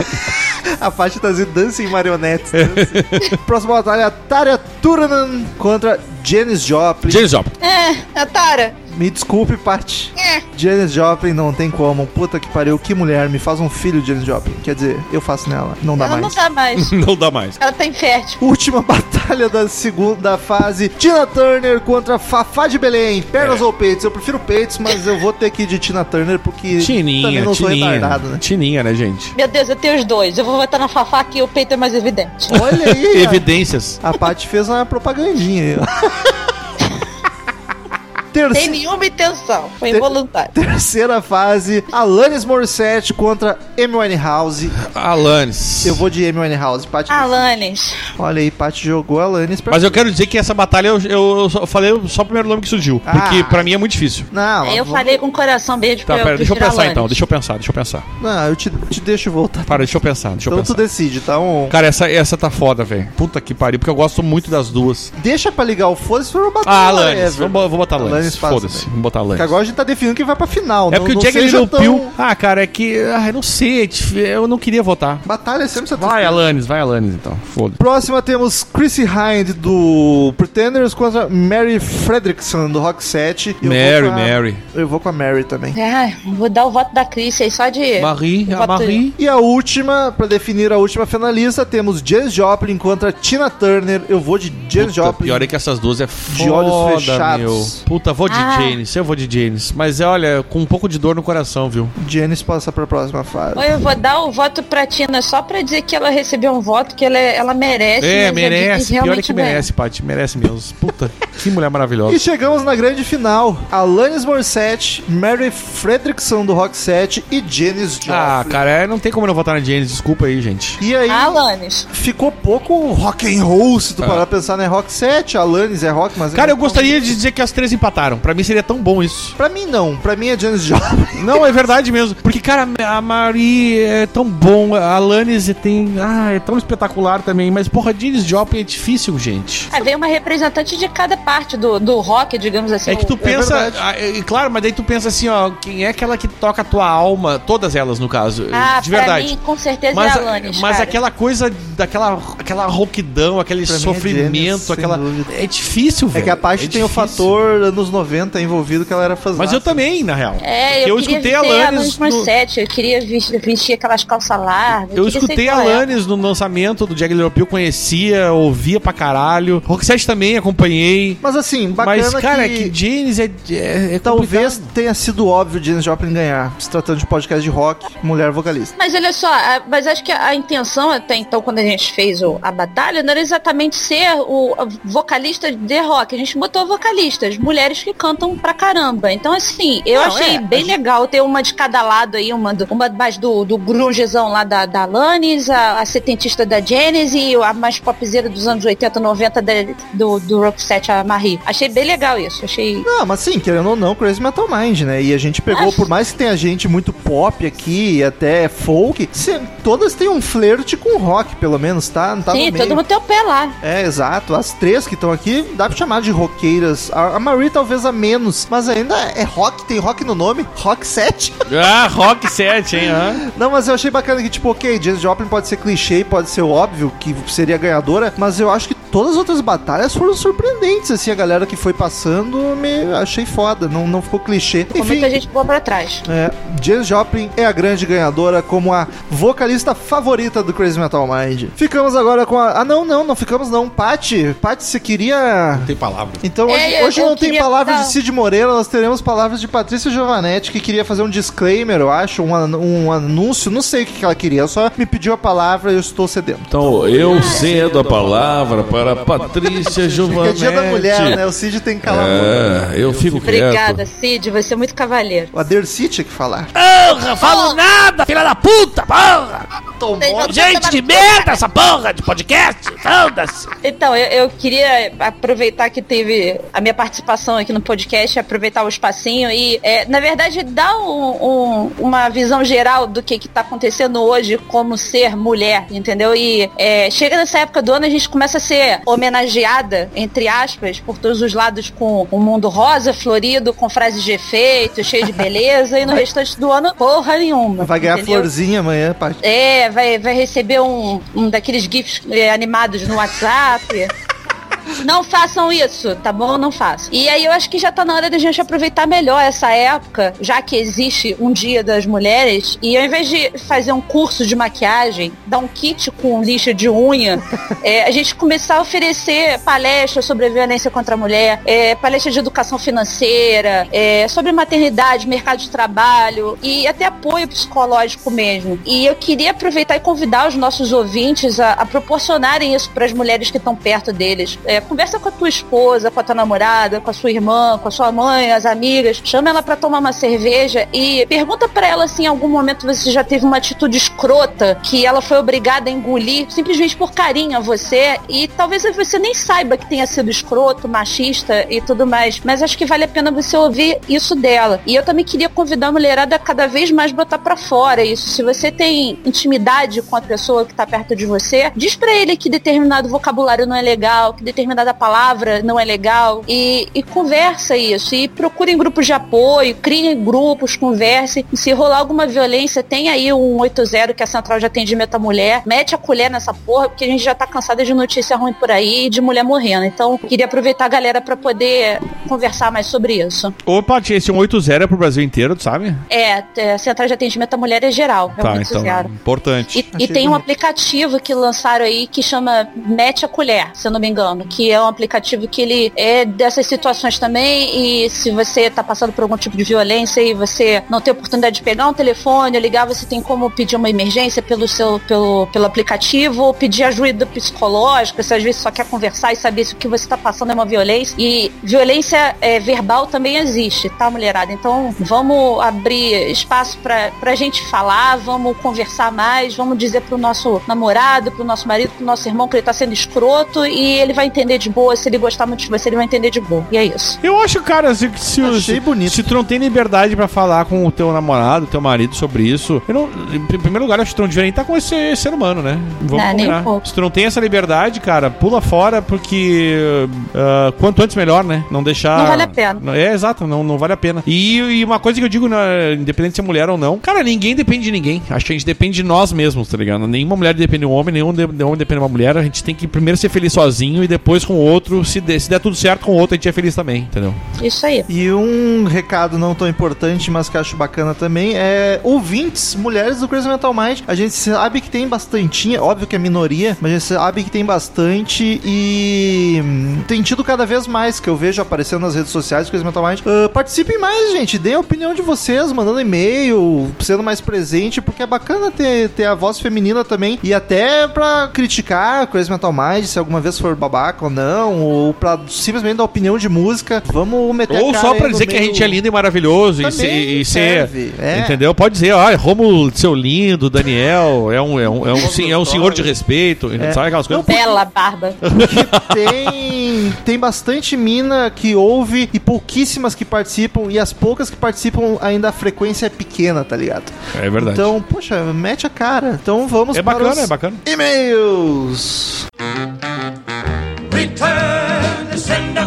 A parte das dança em marionetes. Próxima batalha, Tarja Turunen contra Janis Joplin. Janis Joplin. A Tara. Me desculpe, Paty. Janis Joplin não tem como. Puta que pariu, que mulher. Me faz um filho, Janis Joplin. Quer dizer, eu faço nela. Não dá Ela mais. não dá mais. Não dá mais. Ela tá infértil. Última batalha da segunda fase. Tina Turner contra Fafá de Belém. Pernas ou peitos? Eu prefiro peitos, mas eu vou ter que ir de Tina Turner porque também Tininha, não sou retardado, né? Tininha, né, gente? Meu Deus, eu tenho os dois. Eu vou botar na Fafá que o peito é mais evidente. Olha aí. Evidências. A Paty fez uma propagandinha aí, ó. Sem nenhuma intenção. Foi involuntário. Terceira fase, Alanis Morissette contra Amy Winehouse. Alanis. Eu vou de Amy Winehouse, Paty. Alanis. Olha aí, Paty jogou Alanis pra... Mas eu quero dizer que essa batalha eu falei só o primeiro nome que surgiu. Porque pra mim é muito difícil. Não, Eu falei com o coração beijo Tá, pra pera, deixa eu pensar Alanis. então. Deixa eu pensar. Não, eu te deixo voltar. Para, deixa eu pensar. Então tu decide, tá? Cara, essa tá foda, velho. Puta que pariu, porque eu gosto muito das duas. Deixa pra ligar o foda-se for batalha. Alanis. Vou botar Alanis. Foda-se. Vamos botar Alanis. Porque agora a gente tá definindo quem vai pra final. É porque o Jagged Little Pill... Ah, cara, é que... eu não sei. Eu não queria votar. Batalha sempre Vai, Alanis então. Foda-se. Próxima temos Chrissy Hind do Pretenders contra Mary Fredrickson do Rock 7. Mary. Eu vou com a Mary também. Vou dar o voto da Cris aí só de... Marie. E a última, pra definir a última finalista, temos Janis Joplin contra Tina Turner. Eu vou de Janis Joplin. Pior é que essas duas é foda, de olhos fechados. meu. Puta, vou de Janis. Eu vou de Janis. Mas olha, com um pouco de dor no coração, viu? Janis passa pra próxima fase. Eu vou dar o voto pra Tina só pra dizer que ela recebeu um voto que ela merece. É, mas merece. realmente Pior é que merece, Paty. Merece mesmo. Puta, que mulher maravilhosa. E chegamos na grande final. Alanis Morissette, Mary Fredrickson do Rock 7 e Janis Joplin. Ah, cara, não tem como não votar na Janis. Desculpa aí, gente. E aí, Alanis. ficou pouco rock and roll, se tu parar pra pensar, né? Rock 7, Alanis é rock, mas... Cara, eu gostaria de dizer que as três empataram. Pra mim seria tão bom isso. Pra mim não, pra mim é Janis Joplin. Não, é verdade mesmo. Porque, cara, a Marie é tão bom. A Alanis é tão espetacular também. Mas, porra, Janis Joplin é difícil, gente. Veio uma representante de cada parte do rock, digamos assim. É que tu pensa... claro, mas daí tu pensa assim, ó. Quem é aquela que toca a tua alma? Todas elas, no caso. De verdade. Pra mim, com certeza Mas, é a Alanis, mas cara. aquela coisa aquela rouquidão, aquele Pra mim é sofrimento, Janis, sem dúvida. é difícil, velho. É que a Paty tem o fator anos 90 envolvido que ela era fãzão. Mas eu também, na real. Eu Porque queria escutei a Alanis Alanis Morissette, eu queria vestir aquelas calças largas. Eu queria escutei ser a igual ela. Alanis no lançamento do Jagged Little Pill, conhecia, ouvia pra caralho. Rock 7 também acompanhei. Mas assim, bacana Mas, cara, que... que Janis é Talvez complicado. tenha sido óbvio Janis Joplin ganhar, se tratando de podcast de rock, mulher vocalista. Mas olha só, mas acho que a intenção até então, quando a gente fez a batalha, não era exatamente ser o vocalista de rock. A gente botou vocalistas, mulheres que cantam pra caramba. Então, assim, eu achei bem legal ter uma de cada lado aí, uma mais do grungezão lá da Alanis, a setentista da Janis e a mais popzeira dos anos 80, 90 do Rock 7, a Marie. Achei bem legal isso. Não, mas sim, querendo ou não, Crazy Metal Mind, né? E a gente pegou, por mais que tenha gente muito pop aqui e até folk, todas têm um flerte com rock, pelo menos, tá? Não tá Sim, no meio. todo mundo tem o pé lá. É, exato. As três que estão aqui, dá pra chamar de roqueiras. A Marie talvez a menos, mas ainda é rock, tem rock no nome, Rock 7. Rock 7, hein? Não, mas eu achei bacana que, tipo, ok, Janis Joplin pode ser clichê, pode ser óbvio que seria ganhadora, mas eu acho que todas as outras batalhas foram surpreendentes, assim, a galera que foi passando, achei foda, não ficou clichê. Com muita gente boa pra trás. Janis Joplin é a grande ganhadora como a vocalista favorita do Crazy Metal Mind. Ficamos agora com a... não ficamos não. Paty, você queria... Não tem palavra. Então hoje não tem palavras de Cid Moreira, nós teremos palavras de Patrícia Giovanetti, que queria fazer um disclaimer, eu acho, um anúncio, não sei o que ela queria, ela só me pediu a palavra e eu estou cedendo. Então, eu cedo a palavra para Patrícia Giovanetti. É dia da mulher, né? O Cid tem que calar a boca. Eu fico quieto. Obrigada, Cid, você é muito cavaleiro. O Aderci tinha que falar. Porra, falo nada, filha da puta, porra! Gente de merda, essa porra de podcast, foda-se! Então, eu queria aproveitar que teve a minha participação aqui no podcast, aproveitar o espacinho e, na verdade, dar uma visão geral do que tá acontecendo hoje como ser mulher, entendeu? E chega nessa época do ano, a gente começa a ser homenageada, entre aspas, por todos os lados com o mundo rosa, florido, com frases de efeito, cheio de beleza, e no restante do ano, porra nenhuma. Vai ganhar entendeu? florzinha amanhã, Paty. Vai receber um daqueles GIFs animados no WhatsApp. Não façam isso, tá bom? Não façam. E aí eu acho que já tá na hora da gente aproveitar melhor essa época, já que existe um dia das mulheres, e ao invés de fazer um curso de maquiagem, dar um kit com lixa de unha, a gente começar a oferecer palestras sobre a violência contra a mulher, palestras de educação financeira, sobre maternidade, mercado de trabalho e até apoio psicológico mesmo. E eu queria aproveitar e convidar os nossos ouvintes a proporcionarem isso para as mulheres que estão perto deles. Conversa com a tua esposa, com a tua namorada, com a sua irmã, com a sua mãe, as amigas. Chama ela para tomar uma cerveja e pergunta para ela se em algum momento você já teve uma atitude escrota que ela foi obrigada a engolir simplesmente por carinho a você, e talvez você nem saiba que tenha sido escroto, machista e tudo mais, mas acho que vale a pena você ouvir isso dela. E eu também queria convidar a mulherada a cada vez mais botar pra fora isso. Se você tem intimidade com a pessoa que tá perto de você, diz pra ele que determinado vocabulário não é legal, que determinada palavra não é legal, e conversa isso, e procurem grupos de apoio, criem grupos, conversem. E se rolar alguma violência, tem aí o 180, que é a Central de Atendimento à Mulher, mete a colher nessa porra, porque a gente já tá cansada de notícia ruim por aí e de mulher morrendo. Então, queria aproveitar a galera pra poder conversar mais sobre isso. Ô, Paty, esse 180 é pro Brasil inteiro, tu sabe? A Central de Atendimento à Mulher é geral, é Tá, 180. então, importante. E tem um aplicativo que lançaram aí que chama Mete a Colher, se eu não me engano, que é um aplicativo que ele é dessas situações também, e se você tá passando por algum tipo de violência e você não tem oportunidade de pegar um telefone ou ligar, você tem como pedir uma emergência pelo aplicativo, ou pedir ajuda psicológica, se às vezes só quer conversar e saber se o que você tá passando é uma violência. E violência verbal também existe, tá, mulherada? Então vamos abrir espaço pra gente falar, vamos conversar mais, vamos dizer pro nosso namorado, pro nosso marido, pro nosso irmão que ele tá sendo escroto, e ele vai entender de boa. Se ele gostar muito de você, ele vai entender de boa. E é isso. Eu acho, cara, se tu não tem liberdade pra falar com o teu namorado, teu marido sobre isso, em primeiro lugar, eu acho que tu não deveria nem estar com esse ser humano, né? Vamos combinar. Se tu não tem essa liberdade, cara, pula fora, porque quanto antes melhor, né? Não deixar... Não vale a pena. Exato, não vale a pena. E uma coisa que eu digo, independente se é mulher ou não, cara, ninguém depende de ninguém. Acho que a gente depende de nós mesmos, tá ligado? Nenhuma mulher depende de um homem, nenhum homem depende de uma mulher. A gente tem que primeiro ser feliz sozinho e depois com o outro. Se der tudo certo com o outro, a gente é feliz também, entendeu? Isso aí. E um recado não tão importante, mas que eu acho bacana também, é ouvintes, mulheres do Crazy Metal Mind. A gente sabe que tem bastantinha, óbvio que é minoria, mas a gente sabe que tem bastante, e tem tido cada vez mais, que eu vejo aparecendo nas redes sociais do Crazy Metal Mind. Participem mais, gente, deem a opinião de vocês, mandando e-mail, sendo mais presente, porque é bacana ter a voz feminina também, e até pra criticar Crazy Metal Mind, se alguma vez for babaca ou não, ou pra simplesmente dar opinião de música. Vamos meter ou a cara só pra dizer que a gente é lindo e maravilhoso e ser entendeu? Pode dizer, Rômulo, seu lindo, Daniel é um senhor de respeito, sabe aquelas coisas? Bela barba. Tem bastante mina que ouve e pouquíssimas que participam, e as poucas que participam ainda a frequência é pequena, tá ligado? É verdade. Então, poxa, mete a cara. Então vamos para bacana, os e-mails. Return to sender.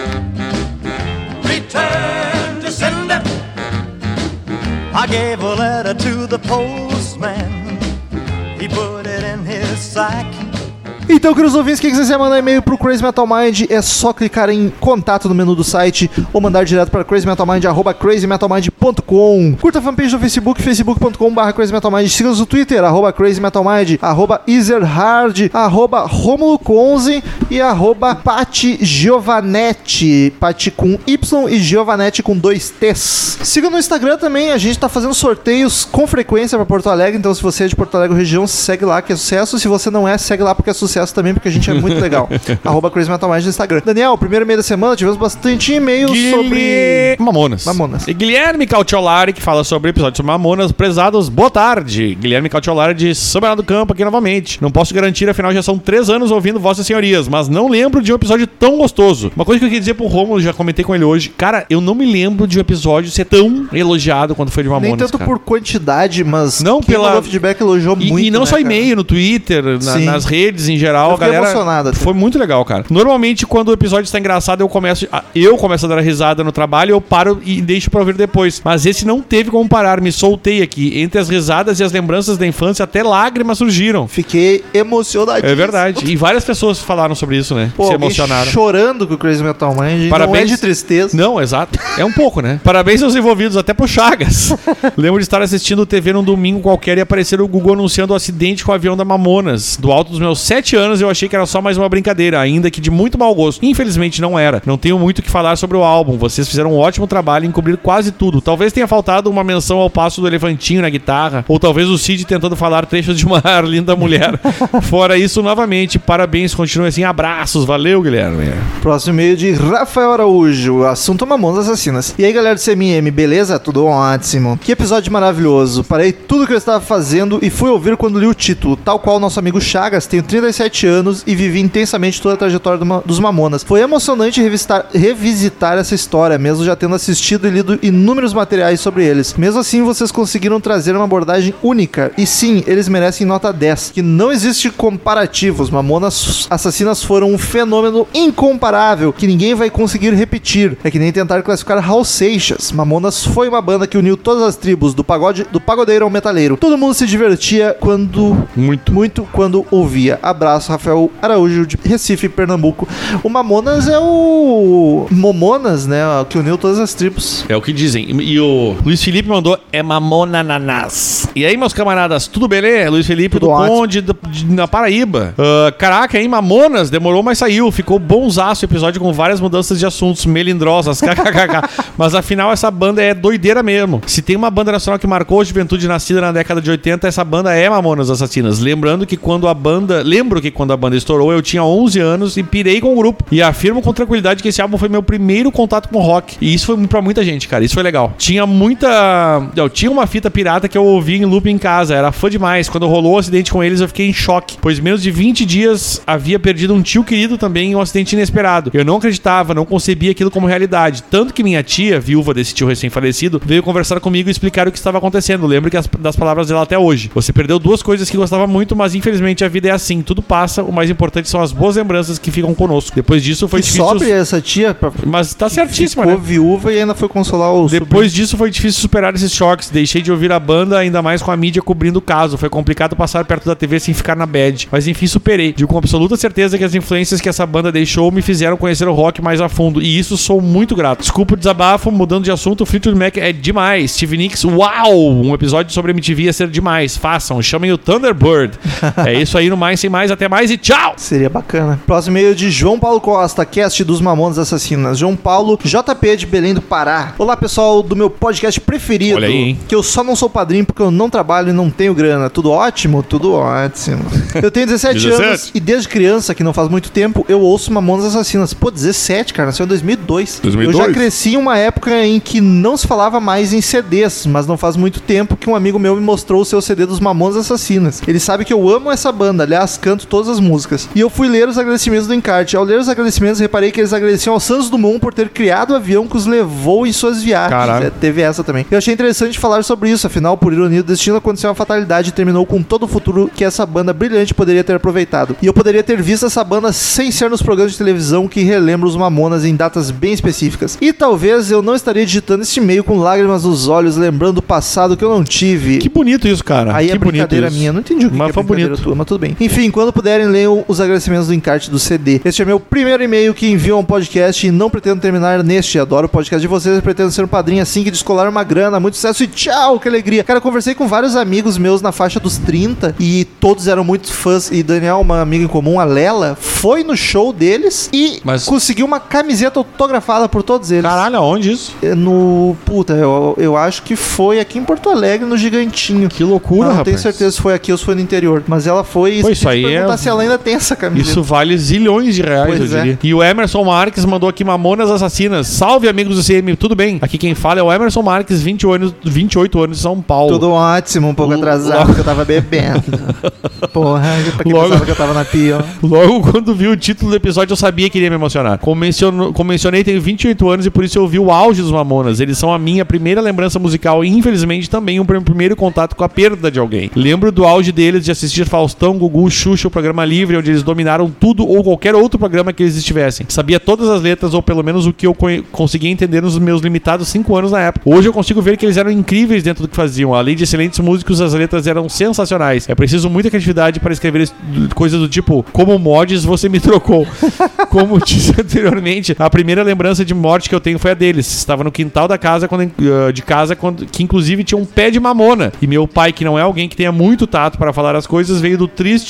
Return to sender. I gave a letter to the postman. He put it in his sack. Então, queridos ouvintes, quem quiser mandar e-mail pro Crazy Metal Mind, é só clicar em contato no menu do site ou mandar direto para crazymetalmind@crazymetalmind.com. Curta a fanpage no Facebook, facebook.com/crazymetalmind. Siga-nos no Twitter, @crazymetalmind, @ezerhard, @romuloconze e @patigiovanetti. Pati com Y e Giovanetti com 2 T's. Siga no Instagram também, a gente tá fazendo sorteios com frequência para Porto Alegre, então se você é de Porto Alegre região, segue lá que é sucesso. Se você não é, segue lá porque é sucesso também, porque a gente é muito legal. @Crazy Metal Mind no Instagram. Daniel, primeiro e-mail da semana, tivemos bastante e-mails sobre Mamonas. E Guilherme Cautiolari, que fala sobre o episódio sobre Mamonas. Prezados, boa tarde. Guilherme Cautiolari de São Bernardo do Campo, aqui novamente. Não posso garantir, afinal já são 3 anos ouvindo Vossas Senhorias, mas não lembro de um episódio tão gostoso. Uma coisa que eu queria dizer pro Rômulo, já comentei com ele hoje, cara, eu não me lembro de um episódio ser tão elogiado quanto foi de Mamonas. Nem tanto, cara, por quantidade, mas não pelo feedback elogiou muito. E não, né, só e-mail, no Twitter, nas redes em geral, a galera emocionada. Foi muito legal, cara. Normalmente, quando o episódio está engraçado, eu começo a dar risada no trabalho, eu paro e deixo pra ouvir depois. Mas esse não teve como parar, me soltei aqui. Entre as risadas e as lembranças da infância, até lágrimas surgiram. Fiquei emocionadíssimo. É verdade. E várias pessoas falaram sobre sobre isso, né? Pô, Se alguém emocionaram. chorando com o Crazy Metal Mind. Parabéns. Não é de tristeza. Não, exato. É um pouco, né? Parabéns aos envolvidos, até pro Chagas. Lembro de estar assistindo TV num domingo qualquer e aparecer o Gugu anunciando o acidente com o avião da Mamonas. Do alto dos meus 7 anos, eu achei que era só mais uma brincadeira, ainda que de muito mau gosto. Infelizmente não era. Não tenho muito o que falar sobre o álbum. Vocês fizeram um ótimo trabalho em cobrir quase tudo. Talvez tenha faltado uma menção ao passo do elefantinho na guitarra, ou talvez o Cid tentando falar trechos de uma linda mulher. Fora isso, novamente, parabéns, continue assim, abraços, valeu, Guilherme. Próximo e-mail de Rafael Araújo, assunto Mamonas Assassinas. E aí, galera do CMM, beleza? Tudo ótimo. Que episódio maravilhoso. Parei tudo que eu estava fazendo e fui ouvir quando li o título. Tal qual nosso amigo Chagas, tenho 37 anos e vivi intensamente toda a trajetória dos Mamonas. Foi emocionante revisitar essa história, mesmo já tendo assistido e lido inúmeros materiais sobre eles. Mesmo assim, vocês conseguiram trazer uma abordagem única. E sim, eles merecem nota 10, que não existe comparativo. Os Mamonas Assassinas foram um fenômeno incomparável, que ninguém vai conseguir repetir. É que nem tentar classificar Raul Seixas. Mamonas foi uma banda que uniu todas as tribos, do pagodeiro ao metaleiro. Todo mundo se divertia muito quando ouvia. Abraço, Rafael Araújo, de Recife, Pernambuco. O Mamonas é o Momonas, né? Que uniu todas as tribos. É o que dizem. E o Luiz Felipe mandou, é Mamona Nanás. E aí, meus camaradas, tudo beleza? Luiz Felipe Tudo do Conde, na Paraíba. Caraca, hein? Mamonas, demorou, mas saiu. Ficou bonzaço o episódio com várias mudanças de assuntos melindrosas, kkkk. Mas afinal, essa banda é doideira mesmo. Se tem uma banda nacional que marcou a juventude nascida na década de 80, essa banda é Mamonas Assassinas. Lembro que quando a banda estourou, eu tinha 11 anos e pirei com o grupo. E afirmo com tranquilidade que esse álbum foi meu primeiro contato com rock. E isso foi pra muita gente, cara. Isso foi legal. Tinha uma fita pirata que eu ouvi em loop em casa. Era fã demais. Quando rolou o acidente com eles, eu fiquei em choque. Pois menos de 20 dias havia perdido um tio querido também em um acidente inesperado. Eu não acreditava, não concebia aquilo como realidade. Tanto que minha tia, viúva desse tio recém-falecido, veio conversar comigo e explicar o que estava acontecendo. Lembro das palavras dela até hoje. Você perdeu duas coisas que gostava muito, mas infelizmente a vida é assim. Tudo passa. O mais importante são as boas lembranças que ficam conosco. Depois disso foi difícil... Sobre essa tia... Mas tá certíssima, ficou né? Viúva e ainda foi consolar o... Depois disso foi difícil superar esses choques. Deixei de ouvir a banda, ainda mais com a mídia cobrindo o caso. Foi complicado passar perto da TV sem ficar na bad. Mas enfim, superei. Digo com absoluta certeza que as influências que essa banda deixou me fizeram conhecer o rock mais a fundo. E isso sou muito grato. Desculpa o desabafo, mudando de assunto, o Fleetwood Mac é demais. Steve Nicks, uau! Um episódio sobre MTV ia ser demais. Façam, chamem o Thunderbird. É isso aí, no mais, sem mais, até mais e tchau! Seria bacana. Próximo e-mail de João Paulo Costa, cast dos Mamonas Assassinas. João Paulo, JP de Belém do Pará. Olá, pessoal do meu podcast preferido. Olha aí, hein? Que eu só não sou padrinho porque eu não trabalho e não tenho grana. Tudo ótimo? Tudo ótimo. Eu tenho 17 anos e desde criança, que não faz muito tempo, eu ouço Mamonas Assassinas. Pô, 17, cara, nasceu em 2002. Eu já cresci em uma época em que não se falava mais em CDs, mas não faz muito tempo que um amigo meu me mostrou o seu CD dos Mamonas Assassinas. Ele sabe que eu amo essa banda, aliás, canto todas as músicas. E eu fui ler os agradecimentos do encarte. Ao ler os agradecimentos, reparei que eles agradeciam ao Santos Dumont por ter criado o avião que os levou em suas viagens. Teve essa também. Eu achei interessante falar sobre isso, afinal, por ironia do destino, aconteceu uma fatalidade e terminou com todo o futuro que essa banda brilhante poderia ter aproveitado. E eu poderia ter visto essa banda sem ser nos programas de televisão que relembram os Mamonas em datas bem específicas. E talvez eu não estaria digitando este e-mail com lágrimas nos olhos, lembrando do passado que eu não tive. Que bonito isso, cara. Aí que é brincadeira minha. Não entendi o que mas é foi brincadeira bonito. tua, mas tudo bem. Enfim, quando puderem, leiam os agradecimentos do encarte do CD. Este é meu primeiro e-mail que envio a um podcast e não pretendo terminar neste. Adoro o podcast de vocês e pretendo ser um padrinho assim que descolar uma grana. Muito sucesso e tchau, que alegria. Cara, eu conversei com vários amigos meus na faixa dos 30 e todos eram muito fãs. E Daniel, uma amiga em comum, a Lela, foi no show deles e conseguiu uma camiseta autografada por todos eles. Caralho, aonde isso? Puta, eu acho que foi aqui em Porto Alegre, no Gigantinho. Que loucura, rapaz. Não tenho certeza se foi aqui ou se foi no interior. Mas ela foi e isso aí perguntar se ela ainda tem essa camiseta. Isso vale zilhões de reais, pois eu diria. E o Emerson Marques mandou aqui Mamonas Assassinas. Salve, amigos do CM, tudo bem? Aqui quem fala é o Emerson Marques, 28 anos de São Paulo. Tudo ótimo, um pouco atrasado, porque eu tava bebendo. Porra, pra quem pensava que eu tava na pior. Logo quando vi o título do episódio, eu sabia que iria me emocionar. Como mencionei, tenho 28 anos e por isso eu vi o auge dos Mamonas. Eles são a minha primeira lembrança musical e infelizmente também um primeiro contato com a perda de alguém. Lembro do auge deles de assistir Faustão, Gugu, Xuxa, o Programa Livre, onde eles dominaram tudo ou qualquer outro programa que eles estivessem. Sabia todas as letras ou pelo menos o que eu conseguia entender nos meus limitados 5 anos na época. Hoje eu consigo ver que eles eram incríveis dentro do que faziam. Além de excelentes músicos, as letras eram sensacionais. É preciso muita criatividade para escrever coisas do tipo como mods diz, você me trocou. Como disse anteriormente, a primeira lembrança de morte que eu tenho foi a deles. Estava no quintal da casa, que inclusive tinha um pé de mamona. E meu pai, que não é alguém que tenha muito tato para falar as coisas, veio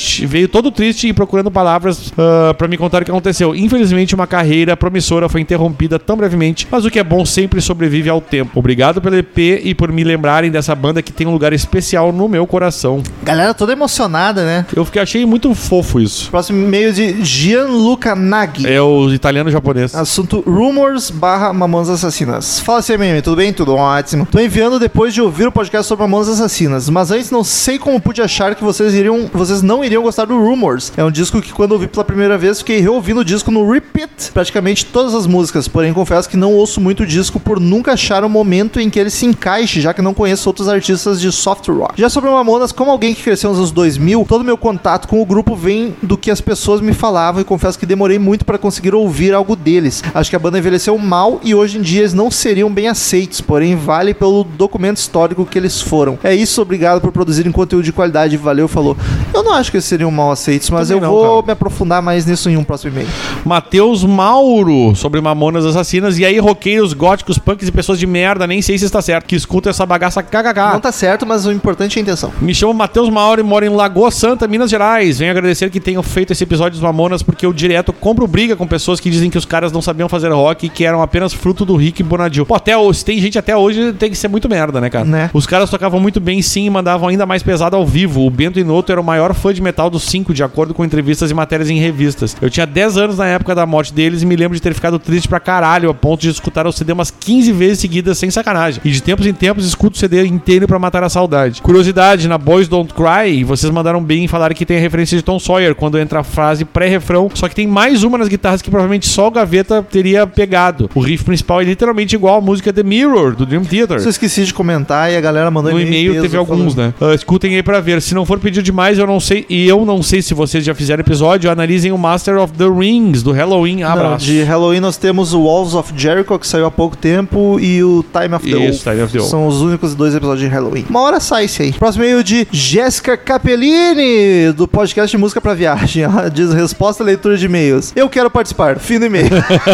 todo triste e procurando palavras para me contar o que aconteceu. Infelizmente, uma carreira promissora foi interrompida tão brevemente, mas o que é bom sempre sobrevive ao tempo. Obrigado pelo EP e por me lembrarem dessa banda que tem um lugar especial no meu coração. Galera toda emocionada, né? Achei muito fofo isso. Próximo e-mail de Gianluca Naghi. É o italiano-japonês. Assunto Rumors / Mamonas Assassinas. Fala, CMM, tudo bem? Tudo ótimo. Tô enviando depois de ouvir o podcast sobre Mamonas Assassinas, mas antes não sei como pude achar que vocês não iriam gostar do Rumors. É um disco que quando ouvi pela primeira vez fiquei reouvindo o disco no repeat, praticamente todas as músicas, porém confesso que não ouço muito o disco por nunca achar um momento em que ele se encaixe, já que não conheço outros artistas de soft rock. Já sobre Mamonas, como alguém que cresceu nos anos 2000, todo meu contato com o grupo vem do que as pessoas me falavam e confesso que demorei muito para conseguir ouvir algo deles. Acho que a banda envelheceu mal e hoje em dia eles não seriam bem aceitos, porém vale pelo documento histórico que eles foram. É isso, obrigado por produzirem conteúdo de qualidade, valeu, falou. Eu não acho que eles seriam mal aceitos, mas também eu vou me aprofundar mais nisso em um próximo e-mail. Matheus Mauro, sobre Mamonas Assassinas. E aí, roqueiros, góticos, punks e pessoas de merda, nem sei se está certo, que escutam essa bagaça kkk. Não tá certo, mas o importante é a intenção. Me chamo Matheus Mauro e moro em Lagoa Santa, Minas Gerais. Venho agradecer que tenham feito esse episódio dos Mamonas, porque eu direto compro briga com pessoas que dizem que os caras não sabiam fazer rock e que eram apenas fruto do Rick Bonadil. Pô, se tem gente até hoje, tem que ser muito merda, né, cara? Né? Os caras tocavam muito bem, sim, e mandavam ainda mais pesado ao vivo. O Bento Inoto era o maior fã de metal dos 5, de acordo com entrevistas e matérias em revistas. Eu tinha 10 anos na época da morte deles e me lembro de ter ficado triste pra caralho, a ponto de escutar o CD umas 15 vezes seguidas, sem sacanagem. E de tempos em tempos escuto o CD inteiro pra matar a saudade. Curiosidade, na Boys Don't Cry, vocês mandaram bem em falar que tem a referência de Tom Sawyer, quando entra a frase pré-refrão, só que tem mais uma nas guitarras que provavelmente só o Gaveta teria pegado. O riff principal é literalmente igual à música The Mirror, do Dream Theater. Eu esqueci de comentar e a galera mandou no e-mail teve alguns, né? Escutem aí pra ver. Se não for pedir demais, eu não sei se vocês já fizeram episódio, analisem o Master of the Rings, do Halloween. Abraço. Não, de Halloween nós temos o Walls of Jericho, que saiu há pouco tempo, e o Time of the Wolf. São os únicos 2 episódios de Halloween. Uma hora sai esse aí. Próximo e-mail de Jéssica Capellini, do podcast de Música pra Viagem. Ela diz, resposta à leitura de e-mails. Eu quero participar. Fim do e-mail.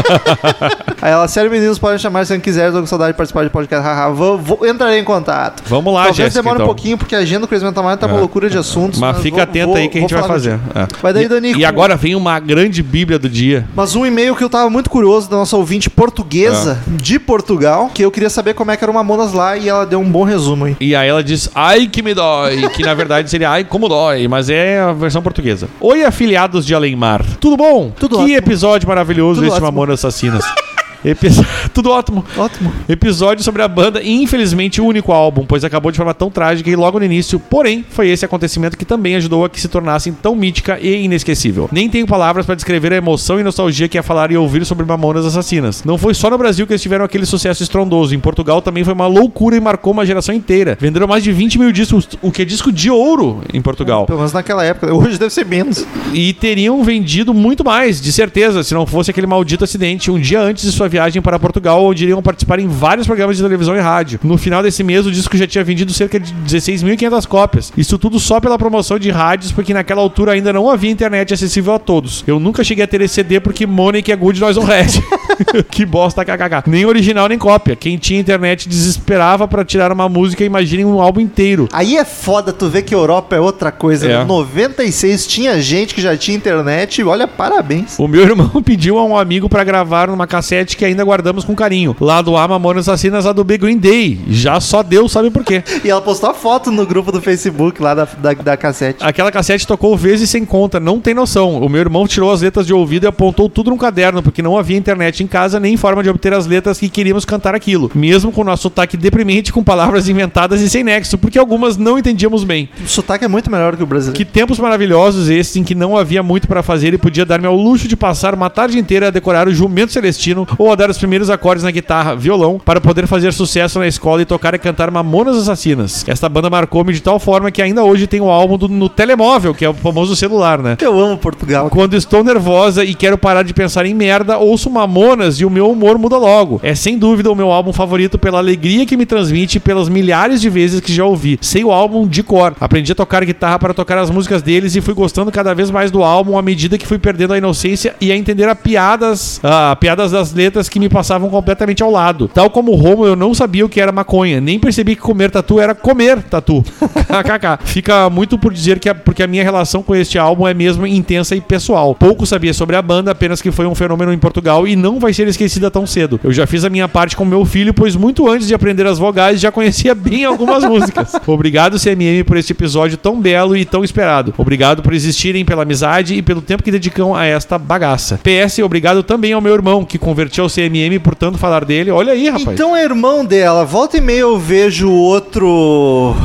Aí ela, sério, meninos, podem chamar se não quiser. Tô com saudade de participar de podcast. Entrarei em contato. Vamos lá, Jéssica. Jéssica, Demora um pouquinho, porque a agenda do Crazy Metal Mind tá uma loucura de assuntos. Mas fica atento aí que a gente vai fazer. Vai daí, Danico. E agora vem uma grande bíblia do dia. Mas um e-mail que eu tava muito curioso da nossa ouvinte portuguesa de Portugal, que eu queria saber como é que era o Mamonas lá, e ela deu um bom resumo aí. E aí ela diz, ai que me dói, que na verdade seria ai como dói, mas é a versão portuguesa. Oi, afiliados de Além-Mar. Tudo bom? Tudo que ótimo. Episódio maravilhoso esse Mamonas Assassinas. Tudo ótimo. Ótimo. Episódio sobre a banda e infelizmente o único álbum, pois acabou de forma tão trágica e logo no início, porém, foi esse acontecimento que também ajudou a que se tornassem tão mítica e inesquecível. Nem tenho palavras para descrever a emoção e nostalgia que é falar e ouvir sobre Mamonas Assassinas. Não foi só no Brasil que eles tiveram aquele sucesso estrondoso, em Portugal também foi uma loucura e marcou uma geração inteira. Venderam mais de 20 mil discos, o que é disco de ouro em Portugal. Pelo menos naquela época, hoje deve ser menos. E teriam vendido muito mais, de certeza, se não fosse aquele maldito acidente um dia antes de sua viagem para Portugal, onde iriam participar em vários programas de televisão e rádio. No final desse mês, o disco já tinha vendido cerca de 16.500 cópias. Isso tudo só pela promoção de rádios, porque naquela altura ainda não havia internet acessível a todos. Eu nunca cheguei a ter esse CD porque Money que é good, nós não red. Que bosta, kkk. Nem original, nem cópia. Quem tinha internet desesperava pra tirar uma música, imaginem um álbum inteiro. Aí é foda tu ver que a Europa é outra coisa. Em 96 tinha gente que já tinha internet, olha, parabéns. O meu irmão pediu a um amigo pra gravar numa cassete que ainda guardamos com carinho. Lá do A, Mamonas Assassinas, lá do B, Green Day. Já só Deus sabe por quê. E ela postou a foto no grupo do Facebook lá da cassete. Aquela cassete tocou vezes sem conta, não tem noção. O meu irmão tirou as letras de ouvido e apontou tudo num caderno, porque não havia internet em casa nem forma de obter as letras que queríamos cantar aquilo. Mesmo com o nosso sotaque deprimente, com palavras inventadas e sem nexo, porque algumas não entendíamos bem. O sotaque é muito melhor que o brasileiro. Que tempos maravilhosos esses em que não havia muito para fazer e podia dar-me ao luxo de passar uma tarde inteira a decorar o Jumento Celestino ou a dar os primeiros acordes na guitarra, violão, para poder fazer sucesso na escola e tocar e cantar Mamonas Assassinas. Esta banda marcou-me de tal forma que ainda hoje tem o álbum no telemóvel, que é o famoso celular, né? Eu amo Portugal. Quando estou nervosa e quero parar de pensar em merda, ouço Mamonas Mamonas e o meu humor muda logo. É sem dúvida o meu álbum favorito pela alegria que me transmite e pelas milhares de vezes que já ouvi. Sei o álbum de cor. Aprendi a tocar guitarra para tocar as músicas deles e fui gostando cada vez mais do álbum à medida que fui perdendo a inocência e a entender piadas das letras que me passavam completamente ao lado. Tal como o Romo, eu não sabia o que era maconha, nem percebi que comer tatu era comer tatu. KKK. Fica muito por dizer que porque a minha relação com este álbum é mesmo intensa e pessoal. Pouco sabia sobre a banda, apenas que foi um fenômeno em Portugal e não vai ser esquecida tão cedo. Eu já fiz a minha parte com meu filho, pois muito antes de aprender as vogais já conhecia bem algumas músicas. Obrigado, CMM, por este episódio tão belo e tão esperado. Obrigado por existirem, pela amizade e pelo tempo que dedicam a esta bagaça. PS, obrigado também ao meu irmão, que convertiu ao CMM por tanto falar dele. Olha aí, rapaz. Então é irmão dela. Volta e meia eu vejo outro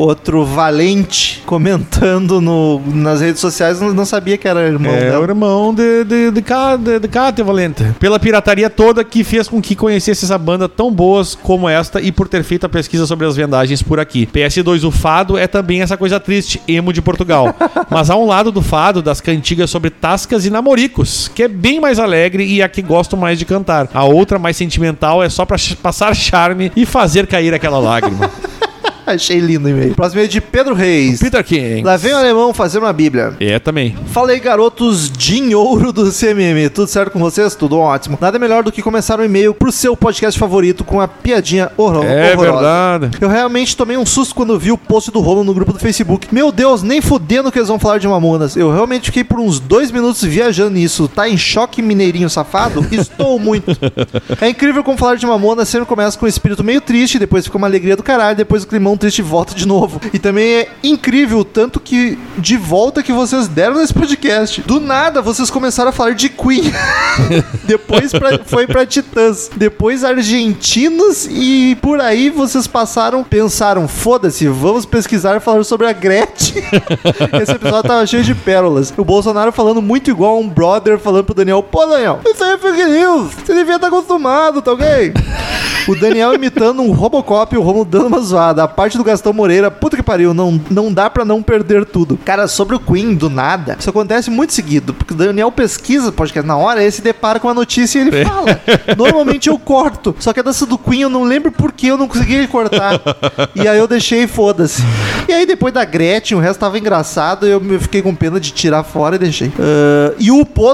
valente comentando nas redes sociais. Não sabia que era irmão dela. É o irmão de Cátia Valente. Pela pirataria toda que fez com que conhecesse essa banda tão boas como esta e por ter feito a pesquisa sobre as vendagens por aqui. PS2, o fado é também essa coisa triste, emo de Portugal. Mas há um lado do fado, das cantigas sobre tascas e namoricos, que é bem mais alegre e a que gosto mais de cantar. A outra, mais sentimental, é só pra passar charme e fazer cair aquela lágrima. Achei lindo o e-mail. Próximo e-mail de Pedro Reis. Peter King. Lá vem o alemão fazer uma bíblia. É, também. Fala aí, garotos de ouro do CMM. Tudo certo com vocês? Tudo ótimo. Nada melhor do que começar um e-mail pro seu podcast favorito com a piadinha horrorosa. É verdade. Eu realmente tomei um susto quando vi o post do Romulo no grupo do Facebook. Meu Deus, nem fudendo que eles vão falar de Mamonas. Eu realmente fiquei por uns 2 minutos viajando nisso. Tá em choque, mineirinho safado? Estou muito. É incrível como falar de Mamonas sempre começa com um espírito meio triste, depois fica uma alegria do caralho, depois o climão triste volta de novo. E também é incrível o tanto que de volta que vocês deram nesse podcast. Do nada, vocês começaram a falar de Queen. Depois foi pra Titãs. Depois Argentinos e por aí vocês pensaram, foda-se, vamos pesquisar e falar sobre a Gretchen. Esse episódio tava cheio de pérolas. O Bolsonaro falando muito igual a um brother falando pro Daniel, pô, Daniel, isso aí é fake news. Você devia estar acostumado, tá ok? O Daniel imitando um Robocop e o Romulo dando uma zoada. A parte do Gastão Moreira, puta que pariu, não dá pra não perder tudo. Cara, sobre o Queen, do nada, isso acontece muito seguido, porque o Daniel pesquisa o podcast na hora, aí se depara com a notícia e ele fala. Normalmente eu corto, só que a dança do Queen eu não lembro por que eu não consegui cortar. E aí eu deixei, foda-se. E aí depois da Gretchen, o resto tava engraçado, eu fiquei com pena de tirar fora e deixei. E o pô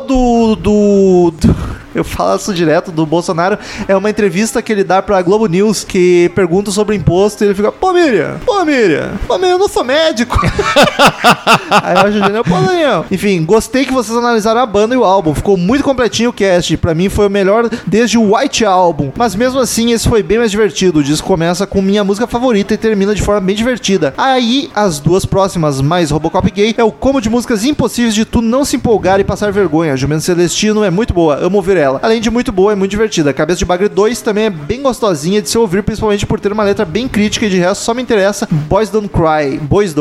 eu falo isso direto do Bolsonaro, é uma entrevista que ele dá pra Globo News, que pergunta sobre imposto e ele fica, pô Miriam, eu não sou médico. Aí eu acho genial, pô Daniel. Enfim, gostei que vocês analisaram a banda e o álbum, ficou muito completinho o cast, pra mim foi o melhor desde o White Album, mas mesmo assim esse foi bem mais divertido. O disco começa com minha música favorita e termina de forma bem divertida. Aí as duas próximas, mais Robocop Gay, é o combo de músicas impossíveis de tu não se empolgar e passar vergonha. Jumento Celestino é muito boa, amo ouvir ela. Além de muito boa, é muito divertida. Cabeça de Bagre 2 também é bem gostosinha de se ouvir, principalmente por ter uma letra bem crítica e de resto só me interessa Boys Don't Cry,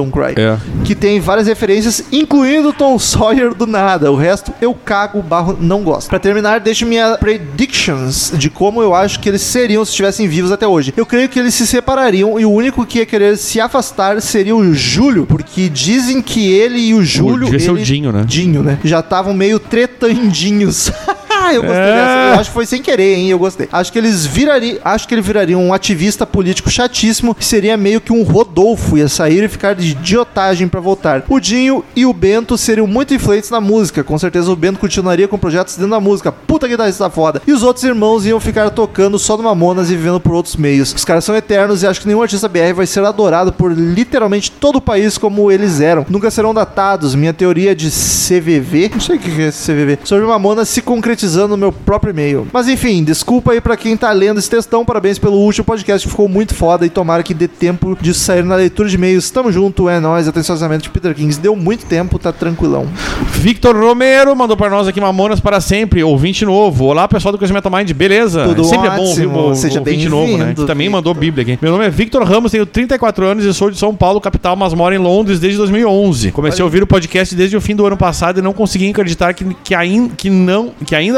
que tem várias referências, incluindo Tom Sawyer do nada. O resto eu cago, não gosto. Pra terminar, deixo minha predictions de como eu acho que eles seriam se estivessem vivos até hoje. Eu creio que eles se separariam e o único que ia querer se afastar seria o Júlio, porque dizem que ele e o Júlio... Devia ser o Dinho, né? Dinho, né? Já estavam meio tretandinhos. Eu gostei dessa. Eu acho que foi sem querer, hein? Eu gostei. Acho que ele viraria um ativista político chatíssimo, que seria meio que um Rodolfo, ia sair e ficar de idiotagem pra voltar. O Dinho e o Bento seriam muito influentes na música. Com certeza o Bento continuaria com projetos dentro da música. Puta que tá foda. E os outros irmãos iam ficar tocando só no Mamonas e vivendo por outros meios. Os caras são eternos e acho que nenhum artista BR vai ser adorado por literalmente todo o país como eles eram. Nunca serão datados. Minha teoria de CVV, não sei o que é esse CVV, sobre Mamonas se concretizando no meu próprio e-mail. Mas enfim, desculpa aí pra quem tá lendo esse textão, parabéns pelo último podcast, ficou muito foda e tomara que dê tempo de sair na leitura de e-mails. Tamo junto, é nóis, atenciosamente Peter Kings. Deu muito tempo, tá tranquilão. Victor Romero mandou pra nós aqui Mamonas para sempre, ouvinte novo. Olá pessoal do Crescimento Mind, beleza? Tudo sempre ótimo. É bom ouvir Seja ouvinte novo, né? Que também mandou Bíblia aqui. Meu nome é Victor Ramos, tenho 34 anos e sou de São Paulo, capital, mas moro em Londres desde 2011. Comecei a ouvir o podcast desde o fim do ano passado e não consegui acreditar que ainda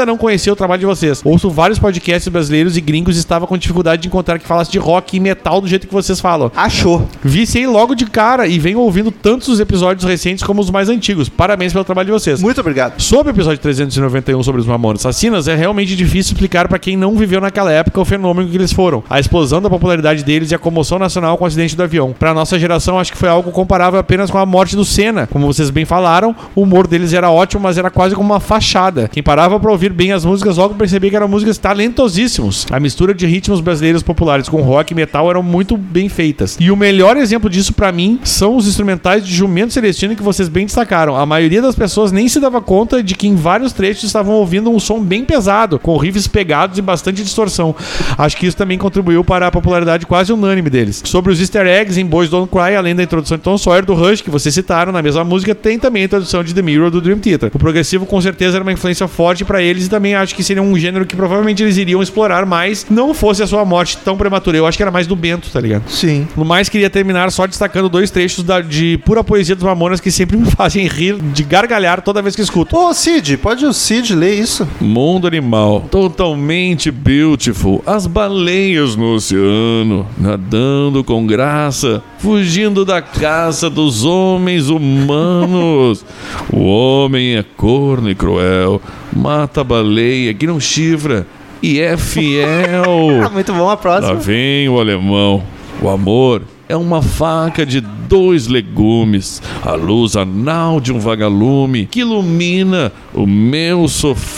não conhecia o trabalho de vocês. Ouço vários podcasts brasileiros e gringos e estava com dificuldade de encontrar que falasse de rock e metal do jeito que vocês falam. Achou. Viciei logo de cara e venho ouvindo tantos os episódios recentes como os mais antigos. Parabéns pelo trabalho de vocês. Muito obrigado. Sobre o episódio 391 sobre os Mamonas Assassinas, é realmente difícil explicar pra quem não viveu naquela época o fenômeno que eles foram. A explosão da popularidade deles e a comoção nacional com o acidente do avião. Pra nossa geração, acho que foi algo comparável apenas com a morte do Senna. Como vocês bem falaram, o humor deles era ótimo, mas era quase como uma fachada. Quem parava pra ouvir bem as músicas logo percebia que eram músicas talentosíssimos. A mistura de ritmos brasileiros populares com rock e metal eram muito bem feitas. E o melhor exemplo disso pra mim são os instrumentais de Jumento Celestino que vocês bem destacaram. A maioria das pessoas nem se dava conta de que em vários trechos estavam ouvindo um som bem pesado, com riffs pegados e bastante distorção. Acho que isso também contribuiu para a popularidade quase unânime deles. Sobre os easter eggs em Boys Don't Cry, além da introdução de Tom Sawyer do Rush, que vocês citaram na mesma música, tem também a introdução de The Mirror do Dream Theater. O progressivo com certeza era uma influência forte para eles e também acho que seria um gênero que provavelmente eles iriam explorar mais, não fosse a sua morte tão prematura. Eu acho que era mais do Bento, tá ligado? Sim. No mais, queria terminar só destacando 2 trechos de pura poesia dos Mamonas que sempre me fazem rir de gargalhar toda vez que escuto. Ô, Cid, pode o Cid ler isso? Mundo animal, totalmente beautiful. As baleias no oceano, nadando com graça, fugindo da caça dos homens humanos. O homem é corno e cruel, mata a baleia que não chifra e é fiel. Muito bom, a Lá próxima. vem o alemão. O amor é uma faca de 2 legumes, a luz anal de um vagalume que ilumina o meu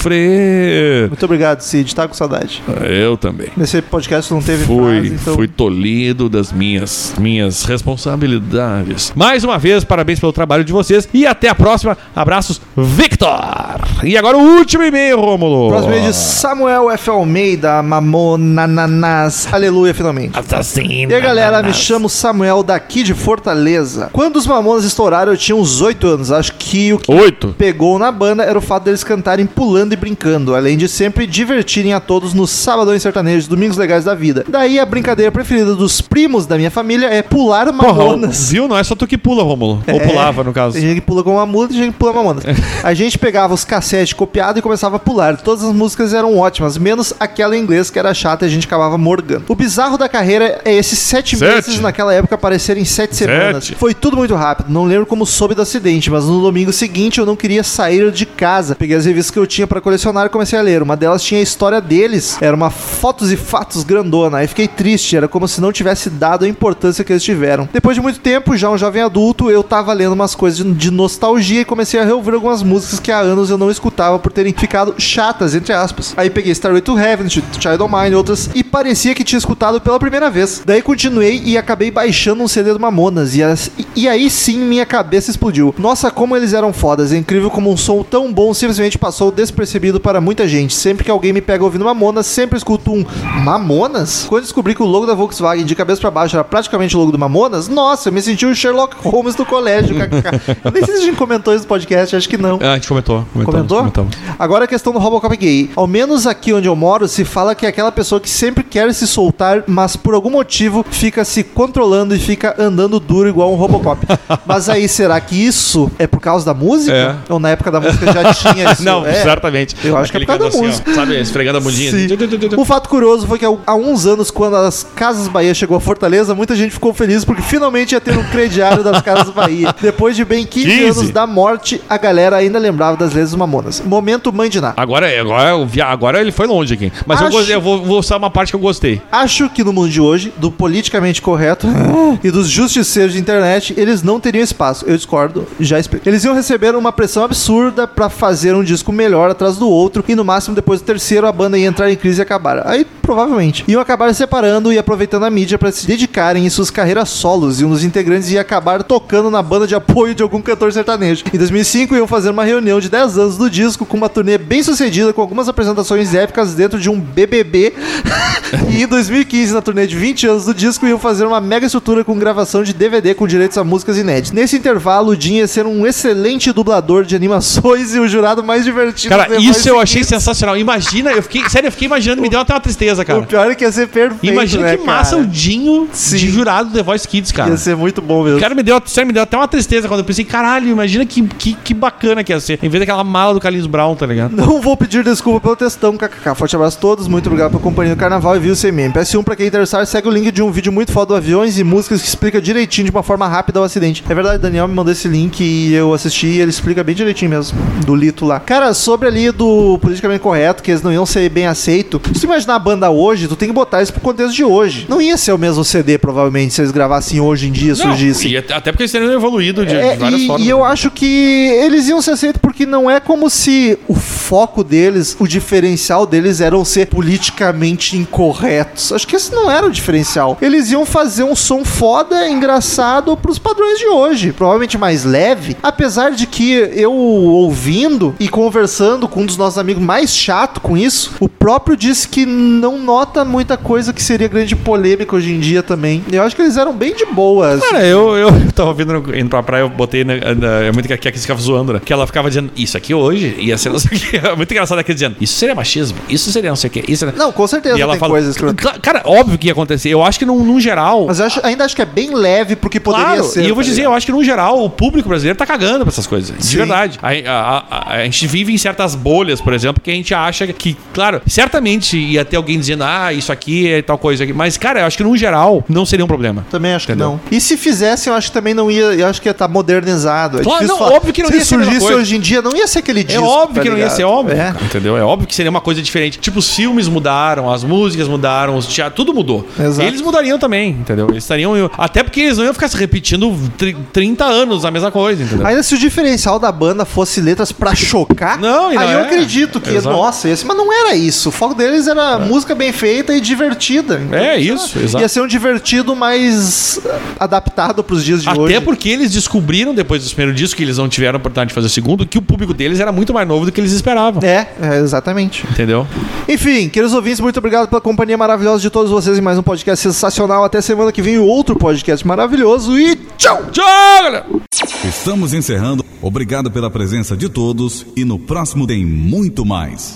sofrer. Muito obrigado, Cid. Tá com saudade. Eu também. Nesse podcast não teve frase, então... Fui tolhido das minhas responsabilidades. Mais uma vez, parabéns pelo trabalho de vocês e até a próxima. Abraços, Victor! E agora o último e-mail, Rômulo. Próximo e-mail de Samuel F. Almeida, Mamonananas. Aleluia, finalmente. E aí, galera, me chamo Samuel, daqui de Fortaleza. Quando os Mamonas estouraram, eu tinha uns 8 anos. Acho que o que 8. pegou na banda era o fato deles cantarem pulando e brincando, além de sempre divertirem a todos nos sabadões sertanejos, domingos legais da vida. Daí a brincadeira preferida dos primos da minha família é pular Mamonas. Viu? Não é só tu que pula, Rômulo. Ou pulava, no caso. Tem gente que pula com uma mula, tem gente que pula Mamonas. A gente pegava os cassetes copiados e começava a pular. Todas as músicas eram ótimas, menos aquela em inglês que era chata e a gente acabava morgando. O bizarro da carreira é esses 7 meses naquela época aparecerem 7 semanas. Foi tudo muito rápido. Não lembro como soube do acidente, mas no domingo seguinte eu não queria sair de casa. Peguei as revistas que eu tinha pra colecionar e comecei a ler. Uma delas tinha a história deles. Era uma fotos e fatos grandona. Aí fiquei triste. Era como se não tivesse dado a importância que eles tiveram. Depois de muito tempo, já um jovem adulto, eu tava lendo umas coisas de nostalgia e comecei a reouvir algumas músicas que há anos eu não escutava por terem ficado chatas, entre aspas. Aí peguei Starway to Heaven, Child of Mine e outras e parecia que tinha escutado pela primeira vez. Daí continuei e acabei baixando um CD do Mamonas e aí sim minha cabeça explodiu. Nossa, como eles eram fodas. É incrível como um som tão bom simplesmente passou despercebido para muita gente. Sempre que alguém me pega ouvindo Mamonas, sempre escuto um Mamonas? Quando descobri que o logo da Volkswagen de cabeça pra baixo era praticamente o logo do Mamonas, nossa, eu me senti o Sherlock Holmes do colégio. Eu nem sei se a gente comentou isso no podcast, acho que não. A gente comentou. Comentou? Agora a questão do Robocop gay. Ao menos aqui onde eu moro, se fala que é aquela pessoa que sempre quer se soltar, mas por algum motivo fica se controlando e fica andando duro igual um Robocop. Mas aí, será que isso é por causa da música? É. Ou na época da música já tinha isso? Não, certamente. Eu acho que é por causa da música. Ó, sabe, esfregando a bundinha. Sim. O fato curioso foi que há uns anos, quando as Casas Bahia chegou a Fortaleza, muita gente ficou feliz porque finalmente ia ter um crediário das Casas Bahia. Depois de bem 15 anos da morte, a galera ainda lembrava das letras dos Mamonas. Momento Mãe de Ná. Agora ele foi longe aqui. Mas eu vou usar uma parte que eu gostei. Acho que no mundo de hoje, do politicamente correto e dos justiceiros de internet, eles não teriam espaço. Eu discordo, já explico. Eles iam receber uma pressão absurda pra fazer um disco melhor atrás do outro e no máximo depois do terceiro a banda ia entrar em crise e acabar. Aí, provavelmente. Iam acabar se separando e aproveitando a mídia pra se dedicarem em suas carreiras solos e um dos integrantes ia acabar tocando na banda de apoio de algum cantor sertanejo. Em 2005 iam fazer uma reunião de 10 anos do disco com uma turnê bem sucedida com algumas apresentações épicas dentro de um BBB e em 2015 na turnê de 20 anos do disco iam fazer uma mega estrutura com gravação de DVD com direitos a músicas inéditas. Nesse intervalo, o Jim ia ser um excelente dublador de animações e o jurado mais divertido. Cara, isso eu achei sensacional. Imagina, eu fiquei imaginando, me deu até uma tristeza, cara. O pior é que ia ser perfeito, imagina que massa o Dinho de jurado do The Voice Kids, cara. Ia ser muito bom mesmo. Cara, me deu até uma tristeza quando eu pensei, caralho, imagina que bacana que ia ser. Em vez daquela mala do Carlinhos Brown, tá ligado? Não vou pedir desculpa pelo textão, kkk. Forte abraço a todos, muito obrigado pela companhia do Carnaval e viu o CMM. PS1, pra quem interessar, segue o link de um vídeo muito foda do Aviões e Músicas que explica direitinho, de uma forma rápida, o acidente. É verdade, Daniel me mandou esse link e eu assisti e ele explica bem direitinho mesmo, do Lito lá. Cara, sobre ali do politicamente correto, que eles não iam ser bem aceitos, se tu imaginar a banda hoje, tu tem que botar isso pro contexto de hoje. Não ia ser o mesmo CD, provavelmente, se eles gravassem hoje em dia, surgissem. E até porque eles teriam evoluído de várias formas. E eu acho que eles iam ser aceitos porque não é como se o foco deles, o diferencial deles eram ser politicamente incorretos. Acho que esse não era o diferencial. Eles iam fazer um som foda, engraçado pros padrões de hoje. Provavelmente mais leve. Apesar de que eu ouvindo e conversando com um dos nossos amigos mais chato com isso, o próprio disse que não nota muita coisa que seria grande polêmica hoje em dia também. Eu acho que eles eram bem de boas. Cara, eu tava ouvindo, indo pra praia, eu botei, né, é muito que a Kiki ficava zoando, né? Que ela ficava dizendo, isso aqui hoje ia ser não sei o que. É muito engraçado aqui dizendo, isso seria machismo, isso seria não sei o que. Isso seria... Não, com certeza e ela tem fala, coisas que... Cara, óbvio que ia acontecer. Eu acho que num geral... Mas eu ainda acho que é bem leve pro que poderia claro, ser. E eu vou dizer, eu acho que no geral o público brasileiro tá cagando pra essas coisas. Sim. De verdade. A gente vive em certas bolhas, por exemplo, que a gente acha que, claro, certamente ia ter alguém dizendo, isso aqui é tal coisa aqui. Mas, cara, eu acho que no geral não seria um problema. Também acho entendeu? que não. E se fizessem, eu acho que também não ia. Eu acho que ia estar modernizado. Claro, não, óbvio que não ia ser a mesma surgisse coisa. hoje em dia, não ia ser aquele disco. É óbvio tá que não ia ligado? ser óbvio. É. Entendeu? É óbvio que seria uma coisa diferente. Tipo, os filmes mudaram, as músicas mudaram, os teatros, tudo mudou. Exato. Eles mudariam também, entendeu? Eles estariam. Até porque eles não iam ficar se repetindo 30 anos a mesma coisa, entendeu? Ainda se o diferencial da banda fosse letras pra chocar, Não, e não aí eu é. acredito que, Exato. nossa, mas não era isso. O foco deles era música bem feita e divertida. Então, É isso, exato. Ia ser um divertido mais adaptado pros dias de hoje. Até porque eles descobriram, depois do primeiro disco, que eles não tiveram a oportunidade de fazer o segundo, que o público deles era muito mais novo do que eles esperavam. Exatamente. Entendeu? Enfim, queridos ouvintes, muito obrigado pela companhia maravilhosa de todos vocês em mais um podcast sensacional. Até semana que vem, outro podcast maravilhoso e tchau! Tchau, galera! Estamos encerrando. Obrigado pela presença de todos e no próximo tem muito mais.